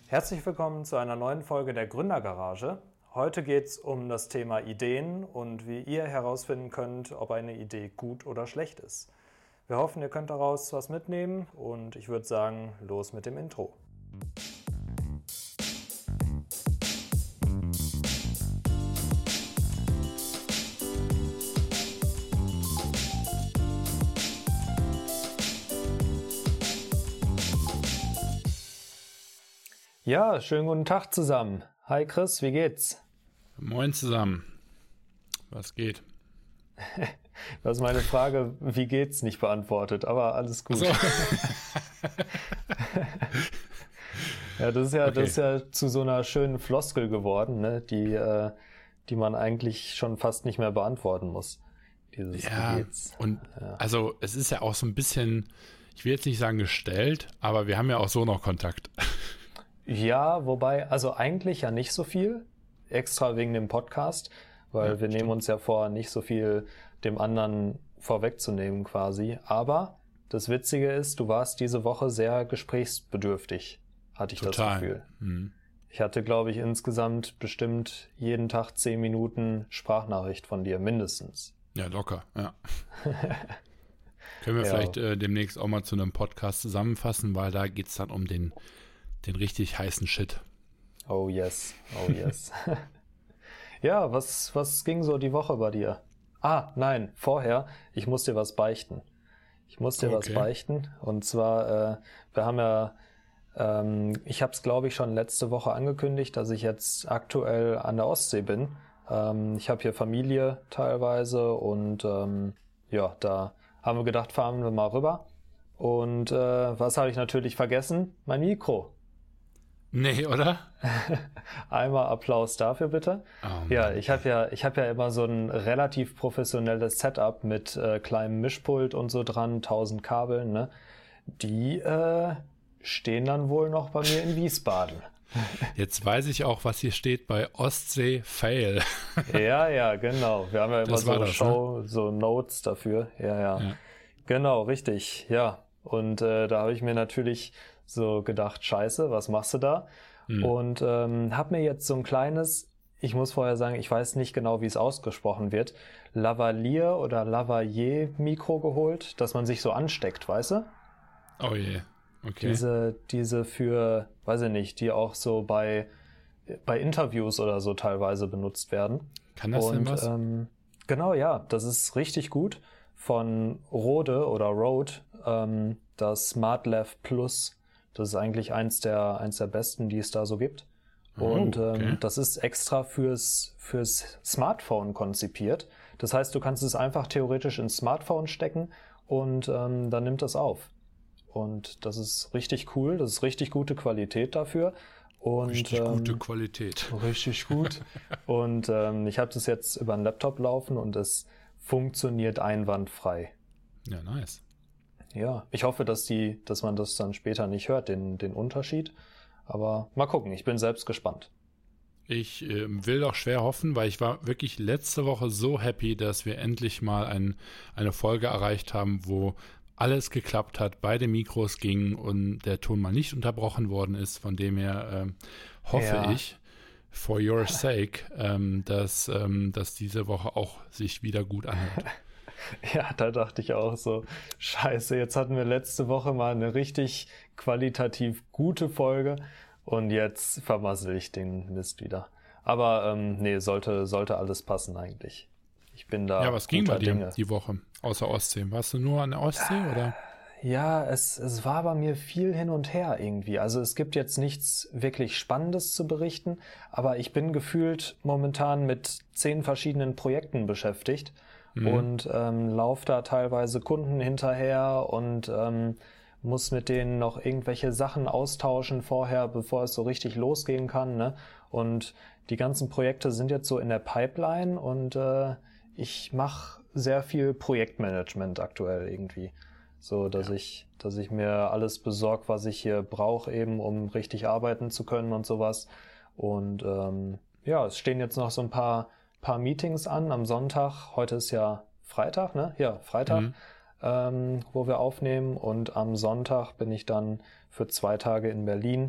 Herzlich willkommen zu einer neuen Folge der Gründergarage. Heute geht es um das Thema Ideen und wie ihr herausfinden könnt, ob eine Idee gut oder schlecht ist. Wir hoffen, ihr könnt daraus was mitnehmen und ich würde sagen, los mit dem Intro. Ja, schönen guten Tag zusammen. Hi Chris, wie geht's? Moin zusammen. Was geht? Du hast meine Frage, wie geht's, nicht beantwortet, aber alles gut. So. Ja, das ist ja zu so einer schönen Floskel geworden, ne? Die man eigentlich schon fast nicht mehr beantworten muss. Dieses Ja, wie geht's? und also es ist ja auch so ein bisschen, ich will jetzt nicht sagen gestellt, aber wir haben ja auch so noch Kontakt. Ja, wobei, also eigentlich ja nicht so viel, extra wegen dem Podcast, weil wir nehmen uns ja vor, nicht so viel dem anderen vorwegzunehmen quasi. Aber das Witzige ist, du warst diese Woche sehr gesprächsbedürftig, hatte ich das Gefühl. Mhm. Ich hatte, glaube ich, insgesamt bestimmt jeden Tag 10 Minuten Sprachnachricht von dir, mindestens. Ja, locker, ja. Können wir vielleicht demnächst auch mal zu einem Podcast zusammenfassen, weil da geht's dann um den richtig heißen Shit. Oh yes, oh yes. Ja, was ging so die Woche bei dir? Ah, nein, vorher, ich muss dir was beichten. Was beichten. Und zwar, wir haben ja, ich habe es glaube ich schon letzte Woche angekündigt, dass ich jetzt aktuell an der Ostsee bin. Ich habe hier Familie teilweise und ja, da haben wir gedacht, fahren wir mal rüber. Und was habe ich natürlich vergessen? Mein Mikro. Nee, oder? Einmal Applaus dafür bitte. Oh, ja, ich hab ja immer so ein relativ professionelles Setup mit kleinem Mischpult und so dran, 1000 Kabeln, ne? Die stehen dann wohl noch bei mir in Wiesbaden. Jetzt weiß ich auch, was hier steht bei Ostsee Fail. Ja, genau. Wir haben ja immer so so Notes dafür. Ja. Genau, richtig. Ja. Und da habe ich mir natürlich so gedacht, scheiße, was machst du da? Und habe mir jetzt so ein kleines, ich muss vorher sagen, ich weiß nicht genau, wie es ausgesprochen wird, Lavalier oder Lavalier Mikro geholt, dass man sich so ansteckt, weißt du? Oh je, okay. Diese für, weiß ich nicht, die auch so bei Interviews oder so teilweise benutzt werden. Kann das denn was? Genau, ja, das ist richtig gut. Von Rode oder Rode, das SmartLav Plus. Das ist eigentlich eins der besten, die es da so gibt. Und das ist extra fürs Smartphone konzipiert. Das heißt, du kannst es einfach theoretisch ins Smartphone stecken und dann nimmt das auf. Und das ist richtig cool. Das ist richtig gute Qualität dafür. Und, richtig gute Qualität. Richtig gut. Und ich habe das jetzt über einen Laptop laufen und es funktioniert einwandfrei. Ja, nice. Ja, ich hoffe, dass man das dann später nicht hört, den Unterschied. Aber mal gucken, ich bin selbst gespannt. Ich will doch schwer hoffen, weil ich war wirklich letzte Woche so happy, dass wir endlich mal eine Folge erreicht haben, wo alles geklappt hat, beide Mikros gingen und der Ton mal nicht unterbrochen worden ist. Von dem her hoffe ich, for your sake, dass diese Woche auch sich wieder gut anhört. Ja, da dachte ich auch so, scheiße, jetzt hatten wir letzte Woche mal eine richtig qualitativ gute Folge und jetzt vermassel ich den Mist wieder. Aber nee, sollte alles passen eigentlich. Ich bin da. Ja, was ging bei dir Dinge die Woche außer Ostsee? Warst du nur an der Ostsee oder? Ja, es war bei mir viel hin und her irgendwie. Also es gibt jetzt nichts wirklich Spannendes zu berichten, aber ich bin gefühlt momentan mit 10 verschiedenen Projekten beschäftigt. Und lauf da teilweise Kunden hinterher und muss mit denen noch irgendwelche Sachen austauschen vorher, bevor es so richtig losgehen kann, ne? Und die ganzen Projekte sind jetzt so in der Pipeline und ich mache sehr viel Projektmanagement aktuell irgendwie. So, dass ich mir alles besorge, was ich hier brauche, eben um richtig arbeiten zu können und sowas. Und es stehen jetzt noch so ein paar Meetings an am Sonntag. Heute ist ja Freitag, ne? Ja, Freitag, wo wir aufnehmen. Und am Sonntag bin ich dann für 2 Tage in Berlin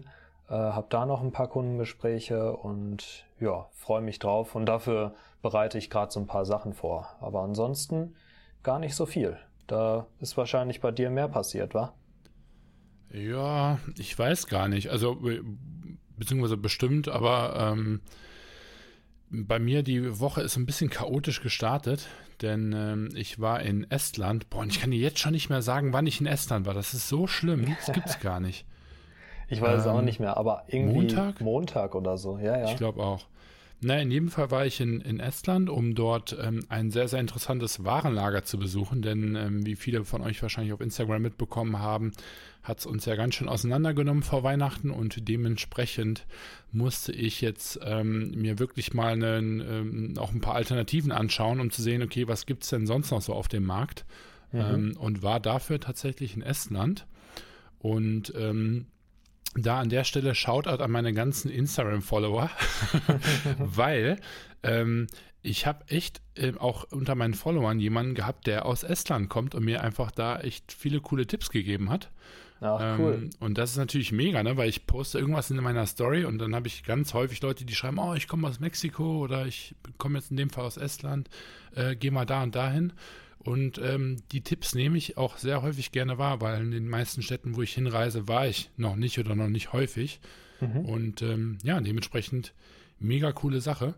habe da noch ein paar Kundengespräche und ja, freue mich drauf. Und dafür bereite ich gerade so ein paar Sachen vor. Aber ansonsten gar nicht so viel. Da ist wahrscheinlich bei dir mehr passiert, wa? Ja, ich weiß gar nicht. Also, beziehungsweise bestimmt, aber bei mir die Woche ist ein bisschen chaotisch gestartet, denn ich war in Estland. Boah, und ich kann dir jetzt schon nicht mehr sagen, wann ich in Estland war. Das ist so schlimm. Das gibt's gar nicht. Ich weiß es auch nicht mehr, aber irgendwie Montag oder so. Ja, ja. Ich glaube auch. Na, in jedem Fall war ich in Estland, um dort ein sehr, sehr interessantes Warenlager zu besuchen, denn wie viele von euch wahrscheinlich auf Instagram mitbekommen haben, hat es uns ja ganz schön auseinandergenommen vor Weihnachten und dementsprechend musste ich jetzt mir wirklich mal auch ein paar Alternativen anschauen, um zu sehen, okay, was gibt es denn sonst noch so auf dem Markt, und war dafür tatsächlich in Estland und da an der Stelle Shoutout an meine ganzen Instagram-Follower, weil ich habe echt auch unter meinen Followern jemanden gehabt, der aus Estland kommt und mir einfach da echt viele coole Tipps gegeben hat. Ach, cool. Und das ist natürlich mega, ne? Weil ich poste irgendwas in meiner Story und dann habe ich ganz häufig Leute, die schreiben, oh, ich komme aus Mexiko oder ich komme jetzt in dem Fall aus Estland, geh mal da und dahin. Und die Tipps nehme ich auch sehr häufig gerne wahr, weil in den meisten Städten, wo ich hinreise, war ich noch nicht oder noch nicht häufig. Und ja, dementsprechend mega coole Sache.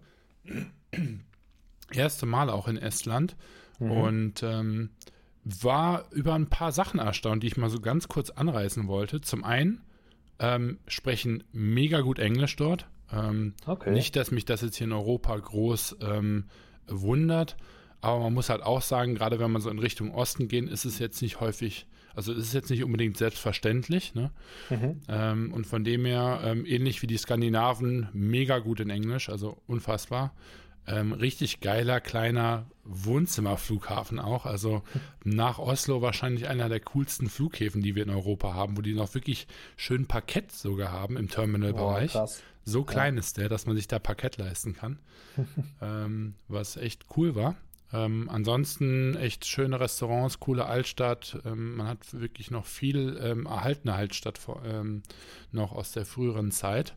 Erste Mal auch in Estland und war über ein paar Sachen erstaunt, die ich mal so ganz kurz anreißen wollte. Zum einen sprechen mega gut Englisch dort. Okay. Nicht, dass mich das jetzt hier in Europa groß wundert, aber man muss halt auch sagen, gerade wenn man so in Richtung Osten geht, ist es jetzt nicht häufig, also es ist jetzt nicht unbedingt selbstverständlich, ne? Und von dem her, ähnlich wie die Skandinaven, mega gut in Englisch, also unfassbar. Richtig geiler, kleiner Wohnzimmerflughafen auch, also nach Oslo wahrscheinlich einer der coolsten Flughäfen, die wir in Europa haben, wo die noch wirklich schön Parkett sogar haben im Terminalbereich. Krass. So klein ist der, dass man sich da Parkett leisten kann, was echt cool war. Ansonsten echt schöne Restaurants, coole Altstadt. Man hat wirklich noch viel erhaltene Altstadt noch aus der früheren Zeit.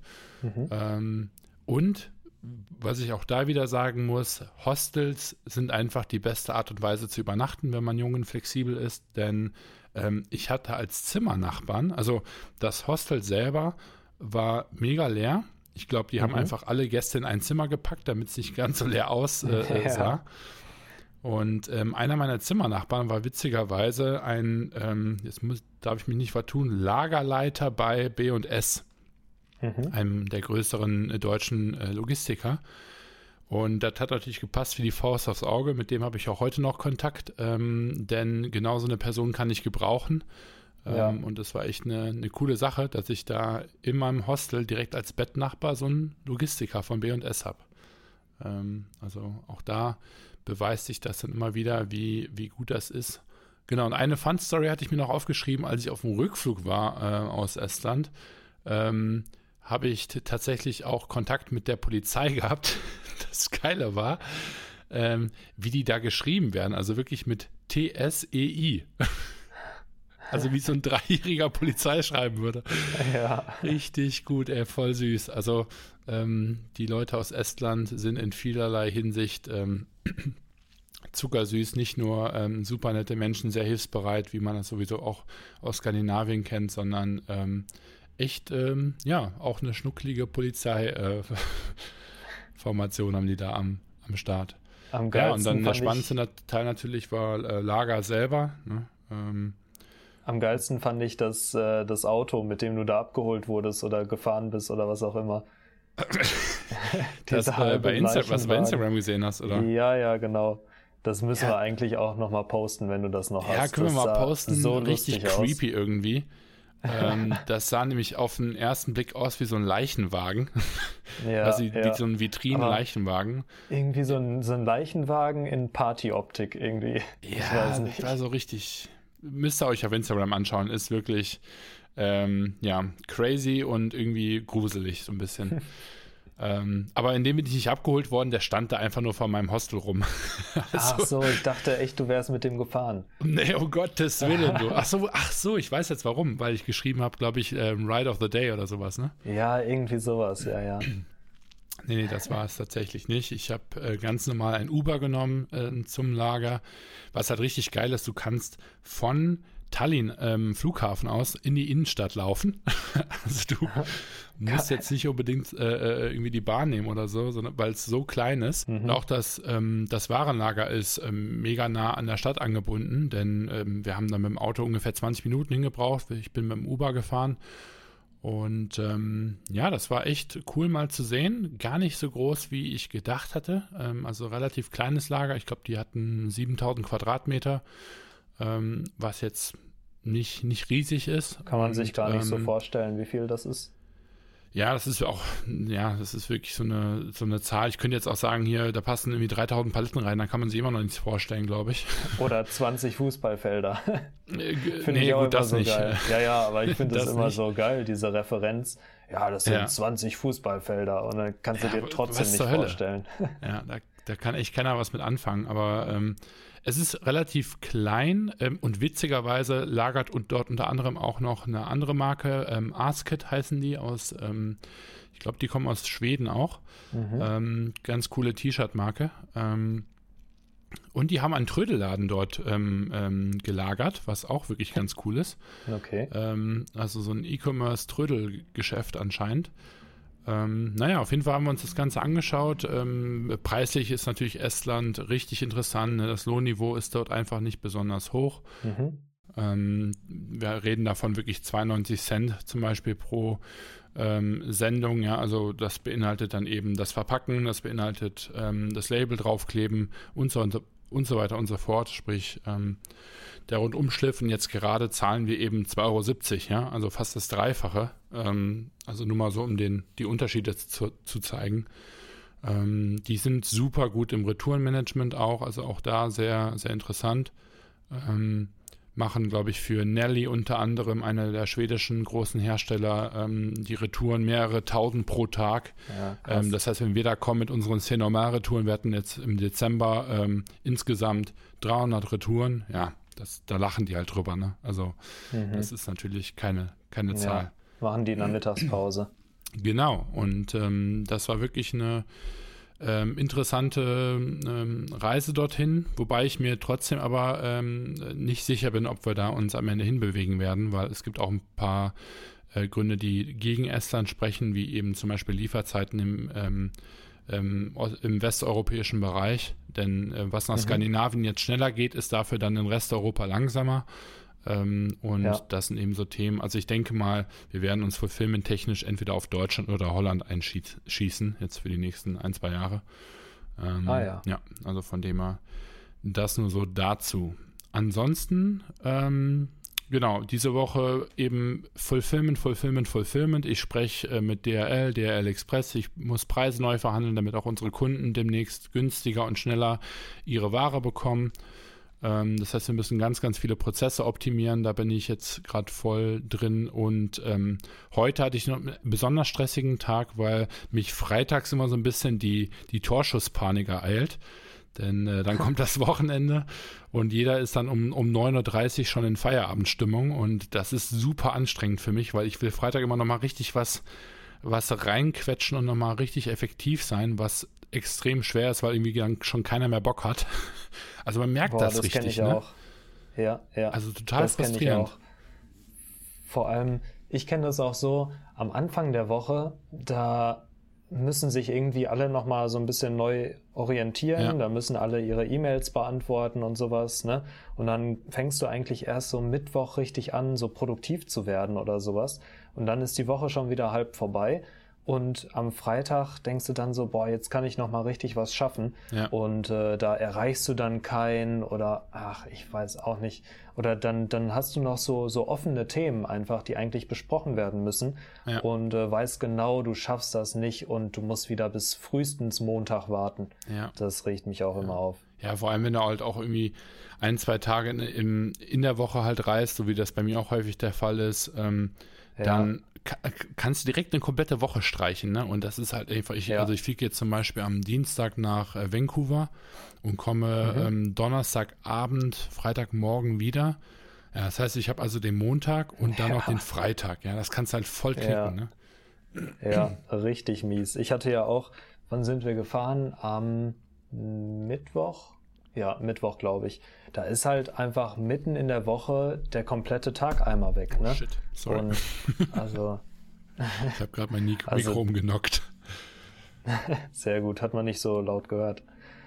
Und was ich auch da wieder sagen muss, Hostels sind einfach die beste Art und Weise zu übernachten, wenn man jung und flexibel ist, denn ich hatte als Zimmernachbarn, also das Hostel selber war mega leer. Ich glaube, die haben einfach alle Gäste in ein Zimmer gepackt, damit es nicht ganz so leer aussah. Und einer meiner Zimmernachbarn war witzigerweise darf ich mich nicht vertun, Lagerleiter bei B&S, einem der größeren deutschen Logistiker. Und das hat natürlich gepasst wie die Faust aufs Auge. Mit dem habe ich auch heute noch Kontakt, denn genau so eine Person kann ich gebrauchen. Und das war echt eine coole Sache, dass ich da in meinem Hostel direkt als Bettnachbar so einen Logistiker von B&S habe. Also auch da beweist sich das dann immer wieder, wie gut das ist. Genau, und eine Fun-Story hatte ich mir noch aufgeschrieben, als ich auf dem Rückflug war aus Estland, habe ich tatsächlich auch Kontakt mit der Polizei gehabt. Das Geile war, wie die da geschrieben werden, also wirklich mit TSEI. Also wie so ein 3-jähriger Polizei schreiben würde. Ja. Richtig gut, voll süß. Also die Leute aus Estland sind in vielerlei Hinsicht zuckersüß, nicht nur super nette Menschen, sehr hilfsbereit, wie man das sowieso auch aus Skandinavien kennt, sondern echt, auch eine schnucklige Polizeiformation haben die da am Start. Am ja, und geilsten dann der fand spannendste Teil natürlich war Lager selber, ne? Am geilsten fand ich das Auto, mit dem du da abgeholt wurdest oder gefahren bist oder was auch immer. Das bei Instagram gesehen hast, oder? Ja, genau. Das müssen wir eigentlich auch nochmal posten, wenn du das noch hast. Ja, können wir mal posten. So richtig creepy irgendwie. Das sah nämlich auf den ersten Blick aus wie so ein Leichenwagen. Ja, also wie so ein Vitrinen-Leichenwagen. Irgendwie so ein Leichenwagen in Partyoptik irgendwie. Ja, ich weiß nicht. War so richtig. Müsst ihr euch auf Instagram anschauen. Ist wirklich crazy und irgendwie gruselig so ein bisschen. Aber in dem bin ich nicht abgeholt worden, der stand da einfach nur vor meinem Hostel rum. Ach so, ich dachte echt, du wärst mit dem gefahren. Nee, um Gottes Willen, du. Ach so, ich weiß jetzt warum, weil ich geschrieben habe, glaube ich, Ride of the Day oder sowas, ne? Ja, irgendwie sowas, ja. Nee, das war es tatsächlich nicht. Ich habe ganz normal ein Uber genommen zum Lager, was halt richtig geil ist, du kannst von Tallinn Flughafen aus in die Innenstadt laufen. Also du musst jetzt nicht unbedingt irgendwie die Bahn nehmen oder so, sondern weil es so klein ist. Und auch das Warenlager ist mega nah an der Stadt angebunden, denn wir haben dann mit dem Auto ungefähr 20 Minuten hingebraucht. Ich bin mit dem Uber gefahren. Und das war echt cool mal zu sehen. Gar nicht so groß, wie ich gedacht hatte. Also relativ kleines Lager. Ich glaube, die hatten 7000 Quadratmeter. Was jetzt nicht riesig ist. Kann man sich gar nicht so vorstellen, wie viel das ist. Ja, das ist wirklich so eine Zahl. Ich könnte jetzt auch sagen, hier, da passen irgendwie 3000 Paletten rein, da kann man sich immer noch nichts vorstellen, glaube ich. Oder 20 Fußballfelder. Finde ich auch gut, immer so geil. Ja, aber ich finde das immer nicht so geil, diese Referenz. Ja, das sind 20 Fußballfelder und dann kannst du dir trotzdem nicht vorstellen. Ja, da kann echt keiner was mit anfangen, aber es ist relativ klein und witzigerweise lagert und dort unter anderem auch noch eine andere Marke, Asket heißen die aus, ich glaube, die kommen aus Schweden auch. Ganz coole T-Shirt-Marke. Und die haben einen Trödelladen dort gelagert, was auch wirklich ganz cool ist. Okay. Also so ein E-Commerce-Trödelgeschäft anscheinend. Auf jeden Fall haben wir uns das Ganze angeschaut. Preislich ist natürlich Estland richtig interessant. Ne? Das Lohnniveau ist dort einfach nicht besonders hoch. Wir reden davon wirklich 92 Cent zum Beispiel pro Sendung. Ja? Also das beinhaltet dann eben das Verpacken, das beinhaltet das Label draufkleben und so weiter und so fort. Sprich, der Rundumschliff. Und jetzt gerade zahlen wir eben 2,70 €, ja, also fast das Dreifache. Also nur mal so, um die Unterschiede zu zeigen. Die sind super gut im Retourenmanagement auch, also auch da sehr, sehr interessant. Machen, glaube ich, für Nelly unter anderem, einer der schwedischen großen Hersteller, die Retouren mehrere tausend pro Tag. Ja, das heißt, wenn wir da kommen mit unseren C-Normal-Retouren, wir hatten jetzt im Dezember insgesamt 300 Retouren, ja, da lachen die halt drüber, ne? Also das ist natürlich keine Zahl. Ja, machen die in der Mittagspause. Genau, und das war wirklich eine interessante Reise dorthin, wobei ich mir trotzdem aber nicht sicher bin, ob wir da uns am Ende hinbewegen werden, weil es gibt auch ein paar Gründe, die gegen Estland sprechen, wie eben zum Beispiel Lieferzeiten im westeuropäischen Bereich, denn was nach Skandinavien jetzt schneller geht, ist dafür dann in Resteuropa langsamer. Das sind eben so Themen, also ich denke mal, wir werden uns fulfillment-technisch entweder auf Deutschland oder Holland einschießen, jetzt für die nächsten 1-2 Jahre. Ja, also von dem her, das nur so dazu. Ansonsten, genau, diese Woche eben Fulfillment. Ich spreche mit DHL Express. Ich muss Preise neu verhandeln, damit auch unsere Kunden demnächst günstiger und schneller ihre Ware bekommen. Das heißt, wir müssen ganz, ganz viele Prozesse optimieren. Da bin ich jetzt gerade voll drin. Und heute hatte ich noch einen besonders stressigen Tag, weil mich freitags immer so ein bisschen die Torschusspanik ereilt. Denn dann kommt das Wochenende und jeder ist dann um 9:30 Uhr schon in Feierabendstimmung. Und das ist super anstrengend für mich, weil ich will Freitag immer noch mal richtig was reinquetschen und noch mal richtig effektiv sein, was extrem schwer ist, weil irgendwie dann schon keiner mehr Bock hat. Also man merkt das richtig. Das kenne ich auch. Ja. Also total frustrierend. Auch. Vor allem, ich kenne das auch so, am Anfang der Woche, da müssen sich irgendwie alle nochmal so ein bisschen neu orientieren, da müssen alle ihre E-Mails beantworten und sowas, ne? Und dann fängst du eigentlich erst so Mittwoch richtig an, so produktiv zu werden oder sowas. Und dann ist die Woche schon wieder halb vorbei. Und am Freitag denkst du dann so, boah, jetzt kann ich nochmal richtig was schaffen. Ja. Und da erreichst du dann keinen oder, ich weiß auch nicht. Oder dann hast du noch so offene Themen einfach, die eigentlich besprochen werden müssen. Ja. Und weißt genau, du schaffst das nicht und du musst wieder bis frühestens Montag warten. Ja. Das regt mich auch immer auf. Ja, vor allem, wenn du halt auch irgendwie 1-2 Tage in der Woche halt reist, so wie das bei mir auch häufig der Fall ist, dann kannst du direkt eine komplette Woche streichen, ne? Und das ist halt einfach, also ich fliege jetzt zum Beispiel am Dienstag nach Vancouver und komme Donnerstagabend, Freitagmorgen wieder. Ja, das heißt, ich habe also den Montag und dann noch den Freitag. Ja, das kannst du halt voll knicken, ne? Ja, richtig mies. Ich hatte ja auch, wann sind wir gefahren? Am Mittwoch? Ja, Mittwoch, glaube ich. Da ist halt einfach mitten in der Woche der komplette Tag einmal weg, ne? Oh, shit, sorry. Und also ich habe gerade mein Mikro umgenockt. Sehr gut, hat man nicht so laut gehört.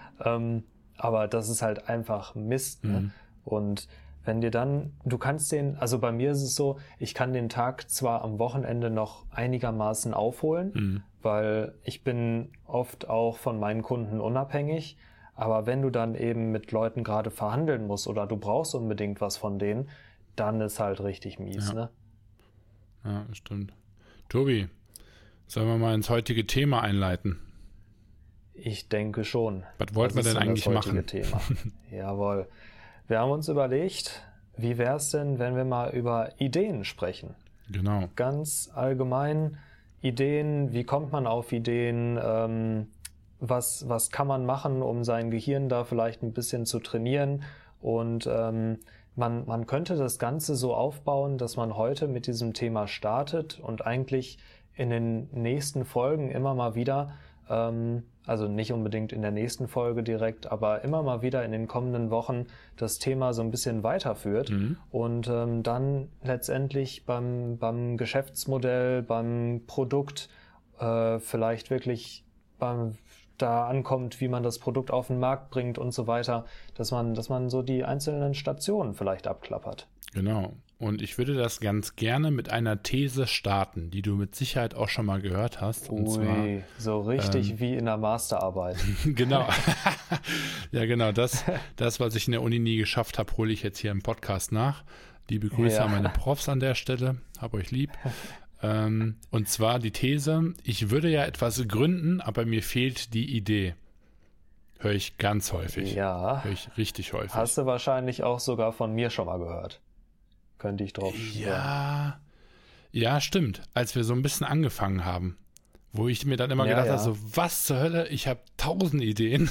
Aber das ist halt einfach Mist, ne? Und wenn dir dann, also bei mir ist es so, ich kann den Tag zwar am Wochenende noch einigermaßen aufholen, weil ich bin oft auch von meinen Kunden unabhängig, aber wenn du dann eben mit Leuten gerade verhandeln musst oder du brauchst unbedingt was von denen, dann ist halt richtig mies, ne? Ja, stimmt. Tobi, sollen wir mal ins heutige Thema einleiten? Ich denke schon. Was wollten wir denn eigentlich machen? Thema. Jawohl. Wir haben uns überlegt, wie wäre es denn, wenn wir mal über Ideen sprechen? Genau. Ganz allgemein Ideen, wie kommt man auf Ideen, was kann man machen, um sein Gehirn da vielleicht ein bisschen zu trainieren? Und man könnte das Ganze so aufbauen, dass man heute mit diesem Thema startet und eigentlich in den nächsten Folgen immer mal wieder, also nicht unbedingt in der nächsten Folge direkt, aber immer mal wieder in den kommenden Wochen das Thema so ein bisschen weiterführt und dann letztendlich beim Geschäftsmodell, beim Produkt vielleicht wirklich da ankommt, wie man das Produkt auf den Markt bringt und so weiter, dass man so die einzelnen Stationen vielleicht abklappert. Genau. Und ich würde das ganz gerne mit einer These starten, die du mit Sicherheit auch schon mal gehört hast. Und zwar, so richtig wie in der Masterarbeit. Genau. Ja, genau. Das, was ich in der Uni nie geschafft habe, hole ich jetzt hier im Podcast nach. Liebe Grüße an meine Profs an der Stelle. Hab euch lieb. Und zwar die These, ich würde ja etwas gründen, aber mir fehlt die Idee. Höre ich ganz häufig. Ja. Höre ich richtig häufig. Hast du wahrscheinlich auch sogar von mir schon mal gehört. Könnte ich drauf schwören. Ja, stimmt. Als wir so ein bisschen angefangen haben, wo ich mir dann immer gedacht habe, so, was zur Hölle, ich habe 1000 Ideen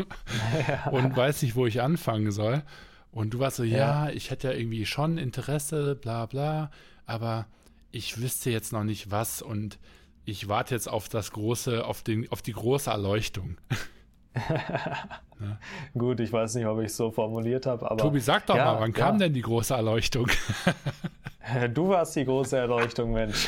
und weiß nicht, wo ich anfangen soll. Und du warst so, ich hätte ja irgendwie schon Interesse, bla bla, aber ich wüsste jetzt noch nicht was und ich warte jetzt auf die große Erleuchtung. Ja. Gut, ich weiß nicht, ob ich es so formuliert habe, aber... Tobi, sag doch mal, wann kam denn die große Erleuchtung? Du warst die große Erleuchtung, Mensch.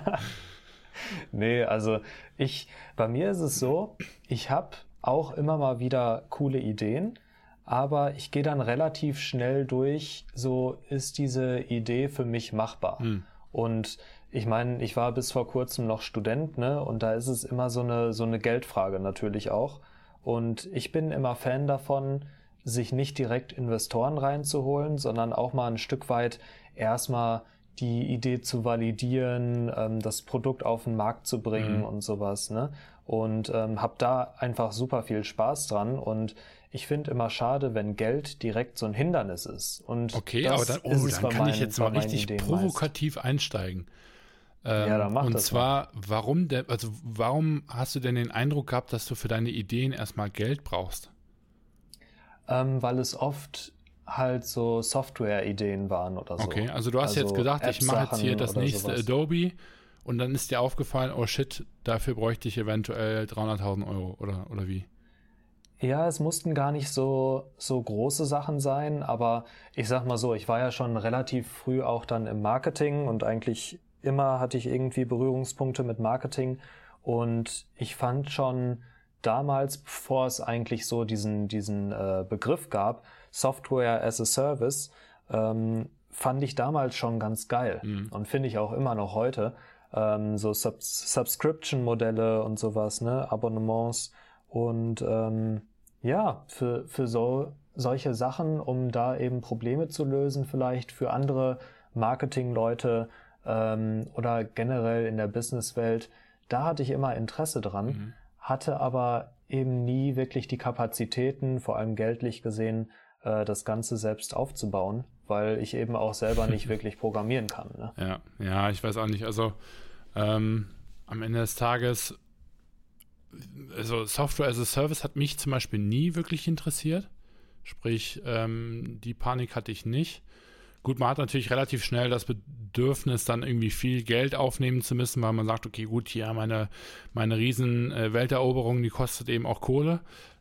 Nee, also bei mir ist es so, ich habe auch immer mal wieder coole Ideen, aber ich gehe dann relativ schnell durch, so ist diese Idee für mich machbar. Und ich meine, ich war bis vor kurzem noch Student, ne? Und da ist es immer so eine Geldfrage natürlich auch. Und ich bin immer Fan davon, sich nicht direkt Investoren reinzuholen, sondern auch mal ein Stück weit erstmal die Idee zu validieren, das Produkt auf den Markt zu bringen und sowas, ne? Und habe da einfach super viel Spaß dran und ich finde immer schade, wenn Geld direkt so ein Hindernis ist. Und okay, aber dann kann ich jetzt mal richtig provokativ einsteigen. Dann mach und das zwar, warum hast du denn den Eindruck gehabt, dass du für deine Ideen erstmal Geld brauchst? Weil es oft halt so Software-Ideen waren oder so. Okay, also du hast jetzt gedacht, ich mache jetzt hier das nächste sowas. Adobe und dann ist dir aufgefallen, oh shit, dafür bräuchte ich eventuell 300.000 Euro oder wie? Ja, es mussten gar nicht so große Sachen sein, aber ich sag mal so, ich war ja schon relativ früh auch dann im Marketing und eigentlich immer hatte ich irgendwie Berührungspunkte mit Marketing und ich fand schon damals, bevor es eigentlich so diesen Begriff gab, Software as a Service, fand ich damals schon ganz geil und finde ich auch immer noch heute. So Subscription-Modelle und sowas, ne, Abonnements und für solche Sachen, um da eben Probleme zu lösen, vielleicht für andere Marketingleute oder generell in der Businesswelt, da hatte ich immer Interesse dran, hatte aber eben nie wirklich die Kapazitäten, vor allem geldlich gesehen, das Ganze selbst aufzubauen. weil ich eben auch selber nicht wirklich programmieren kann. Ne? Ja, ich weiß auch nicht. Also am Ende des Tages, also Software as a Service hat mich zum Beispiel nie wirklich interessiert. Sprich, die Panik hatte ich nicht. Gut, man hat natürlich relativ schnell das Bedürfnis, dann irgendwie viel Geld aufnehmen zu müssen, weil man sagt, okay, gut, hier meine riesen Welteroberung, die kostet eben auch Kohle.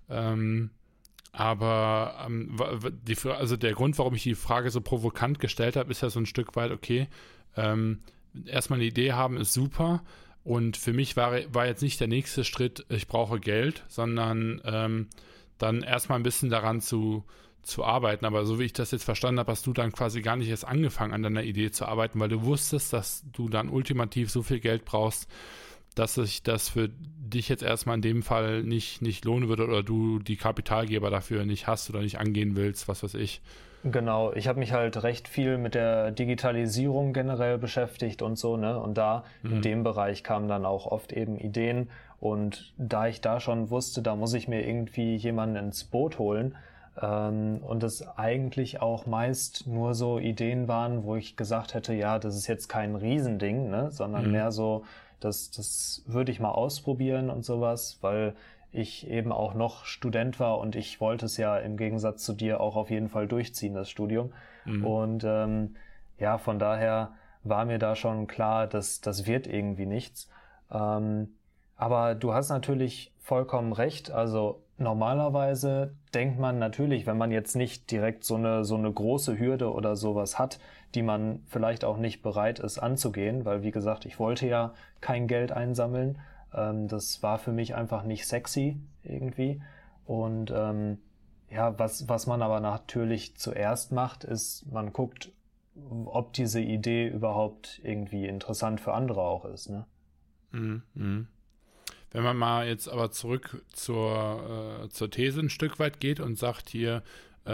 Aber also der Grund, warum ich die Frage so provokant gestellt habe, ist ja so ein Stück weit, okay, erstmal eine Idee haben ist super und für mich war jetzt nicht der nächste Schritt, ich brauche Geld, sondern dann erstmal ein bisschen daran zu arbeiten. Aber so wie ich das jetzt verstanden habe, hast du dann quasi gar nicht erst angefangen, an deiner Idee zu arbeiten, weil du wusstest, dass du dann ultimativ so viel Geld brauchst, dass sich das für dich jetzt erstmal in dem Fall nicht lohnen würde oder du die Kapitalgeber dafür nicht hast oder nicht angehen willst, was weiß ich. Genau, ich habe mich halt recht viel mit der Digitalisierung generell beschäftigt und so, ne? Und da in dem Bereich kamen dann auch oft eben Ideen. Und da ich da schon wusste, da muss ich mir irgendwie jemanden ins Boot holen, und es eigentlich auch meist nur so Ideen waren, wo ich gesagt hätte, ja, das ist jetzt kein Riesending, ne? Sondern mehr so, das würde ich mal ausprobieren und sowas, weil ich eben auch noch Student war und ich wollte es ja im Gegensatz zu dir auch auf jeden Fall durchziehen, das Studium. Und ja, von daher war mir da schon klar, dass das wird irgendwie nichts. Aber du hast natürlich vollkommen recht. Also normalerweise denkt man natürlich, wenn man jetzt nicht direkt so eine große Hürde oder sowas hat, die man vielleicht auch nicht bereit ist anzugehen, weil wie gesagt, ich wollte ja kein Geld einsammeln. Das war für mich einfach nicht sexy irgendwie. Und ja, was man aber natürlich zuerst macht, ist, man guckt, ob diese Idee überhaupt irgendwie interessant für andere auch ist, ne? Wenn man mal jetzt aber zurück zur These ein Stück weit geht und sagt hier,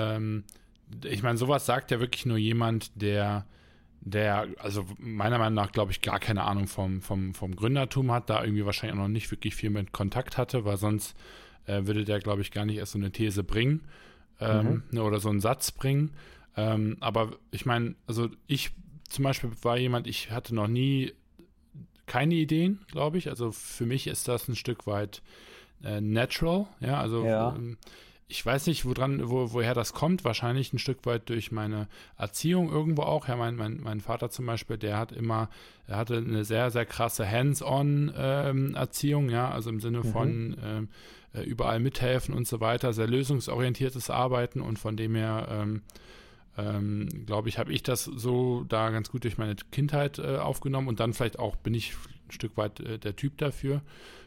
ich meine, sowas sagt ja wirklich nur jemand, der also meiner Meinung nach, glaube ich, gar keine Ahnung vom Gründertum hat, da irgendwie wahrscheinlich auch noch nicht wirklich viel mit Kontakt hatte, weil sonst würde der, glaube ich, gar nicht erst so eine These bringen oder so einen Satz bringen. Aber ich meine, also ich zum Beispiel war jemand, ich hatte noch nie keine Ideen, glaube ich. Also für mich ist das ein Stück weit natural, ja, also ich weiß nicht, woher das kommt, wahrscheinlich ein Stück weit durch meine Erziehung irgendwo auch. Ja, mein Vater zum Beispiel, er hatte eine sehr, sehr krasse Hands-on Erziehung, also im Sinne von überall mithelfen und so weiter, sehr lösungsorientiertes Arbeiten und von dem her glaube ich, habe ich das so da ganz gut durch meine Kindheit aufgenommen und dann vielleicht auch bin ich ein Stück weit der Typ dafür.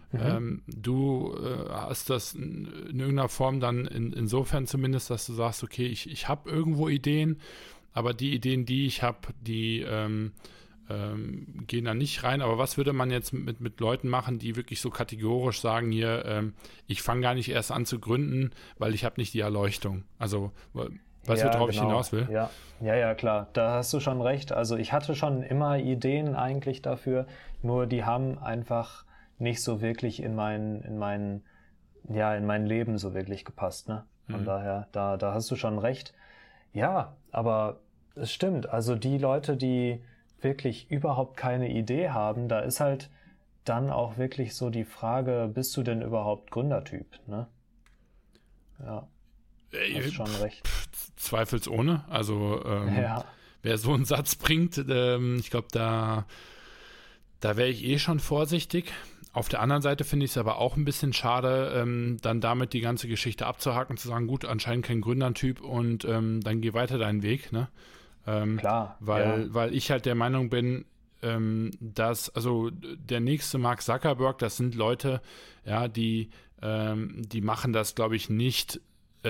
Du hast das in irgendeiner Form dann insofern zumindest, dass du sagst, okay, ich habe irgendwo Ideen, aber die Ideen, die ich habe, die gehen da nicht rein. Aber was würde man jetzt mit Leuten machen, die wirklich so kategorisch sagen, hier, ich fange gar nicht erst an zu gründen, weil ich habe nicht die Erleuchtung. Also, weißt du, worauf ich hinaus will? Ja, klar. Da hast du schon recht. Also ich hatte schon immer Ideen eigentlich dafür, nur die haben einfach nicht so wirklich in mein Leben so wirklich gepasst, ne? Von daher, da hast du schon recht. Ja, aber es stimmt. Also die Leute, die wirklich überhaupt keine Idee haben, da ist halt dann auch wirklich so die Frage, bist du denn überhaupt Gründertyp, ne? Ja, hast du schon recht. Zweifelsohne. Also wer so einen Satz bringt, ich glaube, da wäre ich eh schon vorsichtig. Auf der anderen Seite finde ich es aber auch ein bisschen schade, dann damit die ganze Geschichte abzuhaken und zu sagen, gut, anscheinend kein Gründertyp und dann geh weiter deinen Weg, ne? Klar. Weil ich halt der Meinung bin, dass, also der nächste Mark Zuckerberg, das sind Leute, ja, die machen das, glaube ich, nicht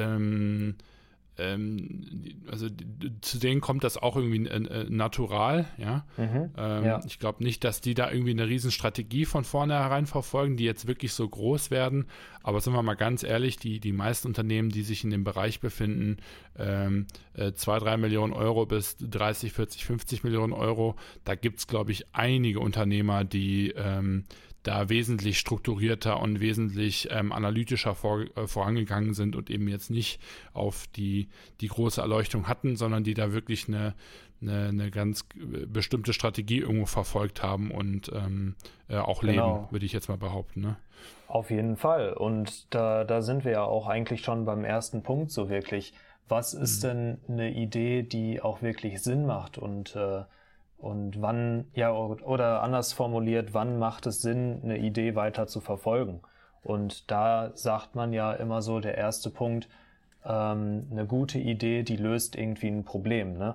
also zu denen kommt das auch irgendwie natural, ja. Ich glaube nicht, dass die da irgendwie eine riesen Strategie von vornherein verfolgen, die jetzt wirklich so groß werden, aber sind wir mal ganz ehrlich, die meisten Unternehmen, die sich in dem Bereich befinden, 2-3 Millionen Euro bis 30, 40, 50 Millionen Euro, da gibt es, glaube ich, einige Unternehmer, die da wesentlich strukturierter und wesentlich analytischer vorangegangen sind und eben jetzt nicht auf die die große Erleuchtung hatten, sondern die da wirklich eine ganz bestimmte Strategie irgendwo verfolgt haben und auch leben, würde ich jetzt mal behaupten. Ne? Auf jeden Fall. Und da sind wir ja auch eigentlich schon beim ersten Punkt so wirklich. Was ist denn eine Idee, die auch wirklich Sinn macht und wann, ja, oder anders formuliert, wann macht es Sinn, eine Idee weiter zu verfolgen? Und da sagt man ja immer so, der erste Punkt, eine gute Idee, die löst irgendwie ein Problem, ne?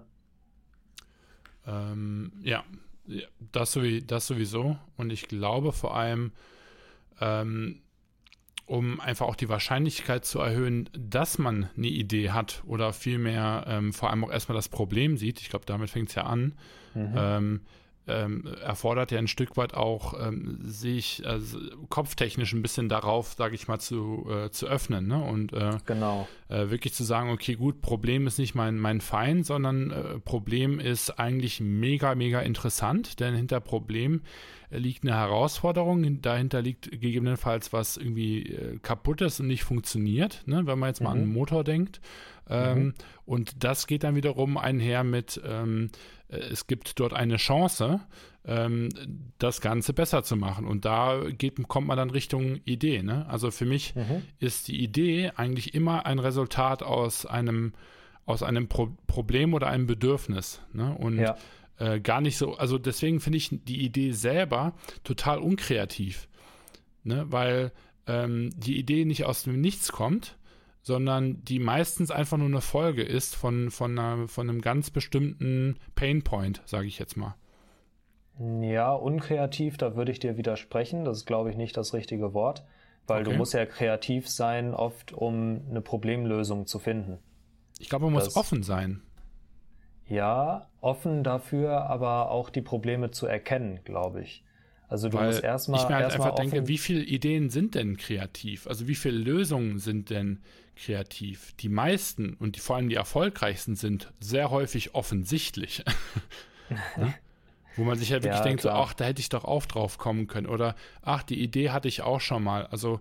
Ja, das sowieso. Und ich glaube vor allem, um einfach auch die Wahrscheinlichkeit zu erhöhen, dass man eine Idee hat oder vielmehr vor allem auch erstmal das Problem sieht, ich glaube, damit fängt es ja an, erfordert ja ein Stück weit auch, sich kopftechnisch ein bisschen darauf, sage ich mal, zu öffnen, ne? Und Genau. Wirklich zu sagen, okay, gut, Problem ist nicht mein Feind, sondern Problem ist eigentlich mega, mega interessant, denn hinter Problem liegt eine Herausforderung, dahinter liegt gegebenenfalls was irgendwie kaputt ist und nicht funktioniert, ne? Wenn man jetzt mal an einen Motor denkt. Und das geht dann wiederum einher mit, es gibt dort eine Chance, das Ganze besser zu machen. Und da kommt man dann Richtung Idee. Ne? Also für mich ist die Idee eigentlich immer ein Resultat aus einem Problem oder einem Bedürfnis. Ne? Und gar nicht so, also deswegen finde ich die Idee selber total unkreativ. Ne? Weil die Idee nicht aus dem Nichts kommt, sondern die meistens einfach nur eine Folge ist von einem ganz bestimmten Painpoint, sage ich jetzt mal. Ja, unkreativ, da würde ich dir widersprechen. Das ist, glaube ich, nicht das richtige Wort, weil du musst ja kreativ sein, oft um eine Problemlösung zu finden. Ich glaube, man muss offen sein. Ja, offen dafür, aber auch die Probleme zu erkennen, glaube ich. Also du musst erstmal. Ich mir halt einfach denke, wie viele Ideen sind denn kreativ? Also wie viele Lösungen sind denn kreativ? Die meisten und vor allem die erfolgreichsten sind sehr häufig offensichtlich. Ne? Wo man sich ja wirklich denkt, so, ach, da hätte ich doch auch drauf kommen können. Oder ach, die Idee hatte ich auch schon mal. Also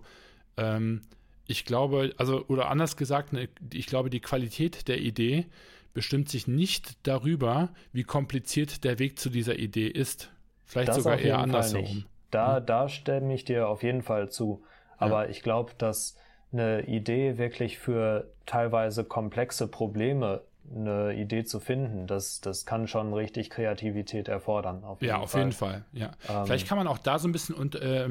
ich glaube, oder anders gesagt, ich glaube, die Qualität der Idee bestimmt sich nicht darüber, wie kompliziert der Weg zu dieser Idee ist. Vielleicht das sogar eher andersherum. Da stimme ich dir auf jeden Fall zu. Aber ich glaube, dass eine Idee wirklich für teilweise komplexe Probleme, eine Idee zu finden, das kann schon richtig Kreativität erfordern. Auf jeden Fall. Ja. Vielleicht kann man auch da so ein bisschen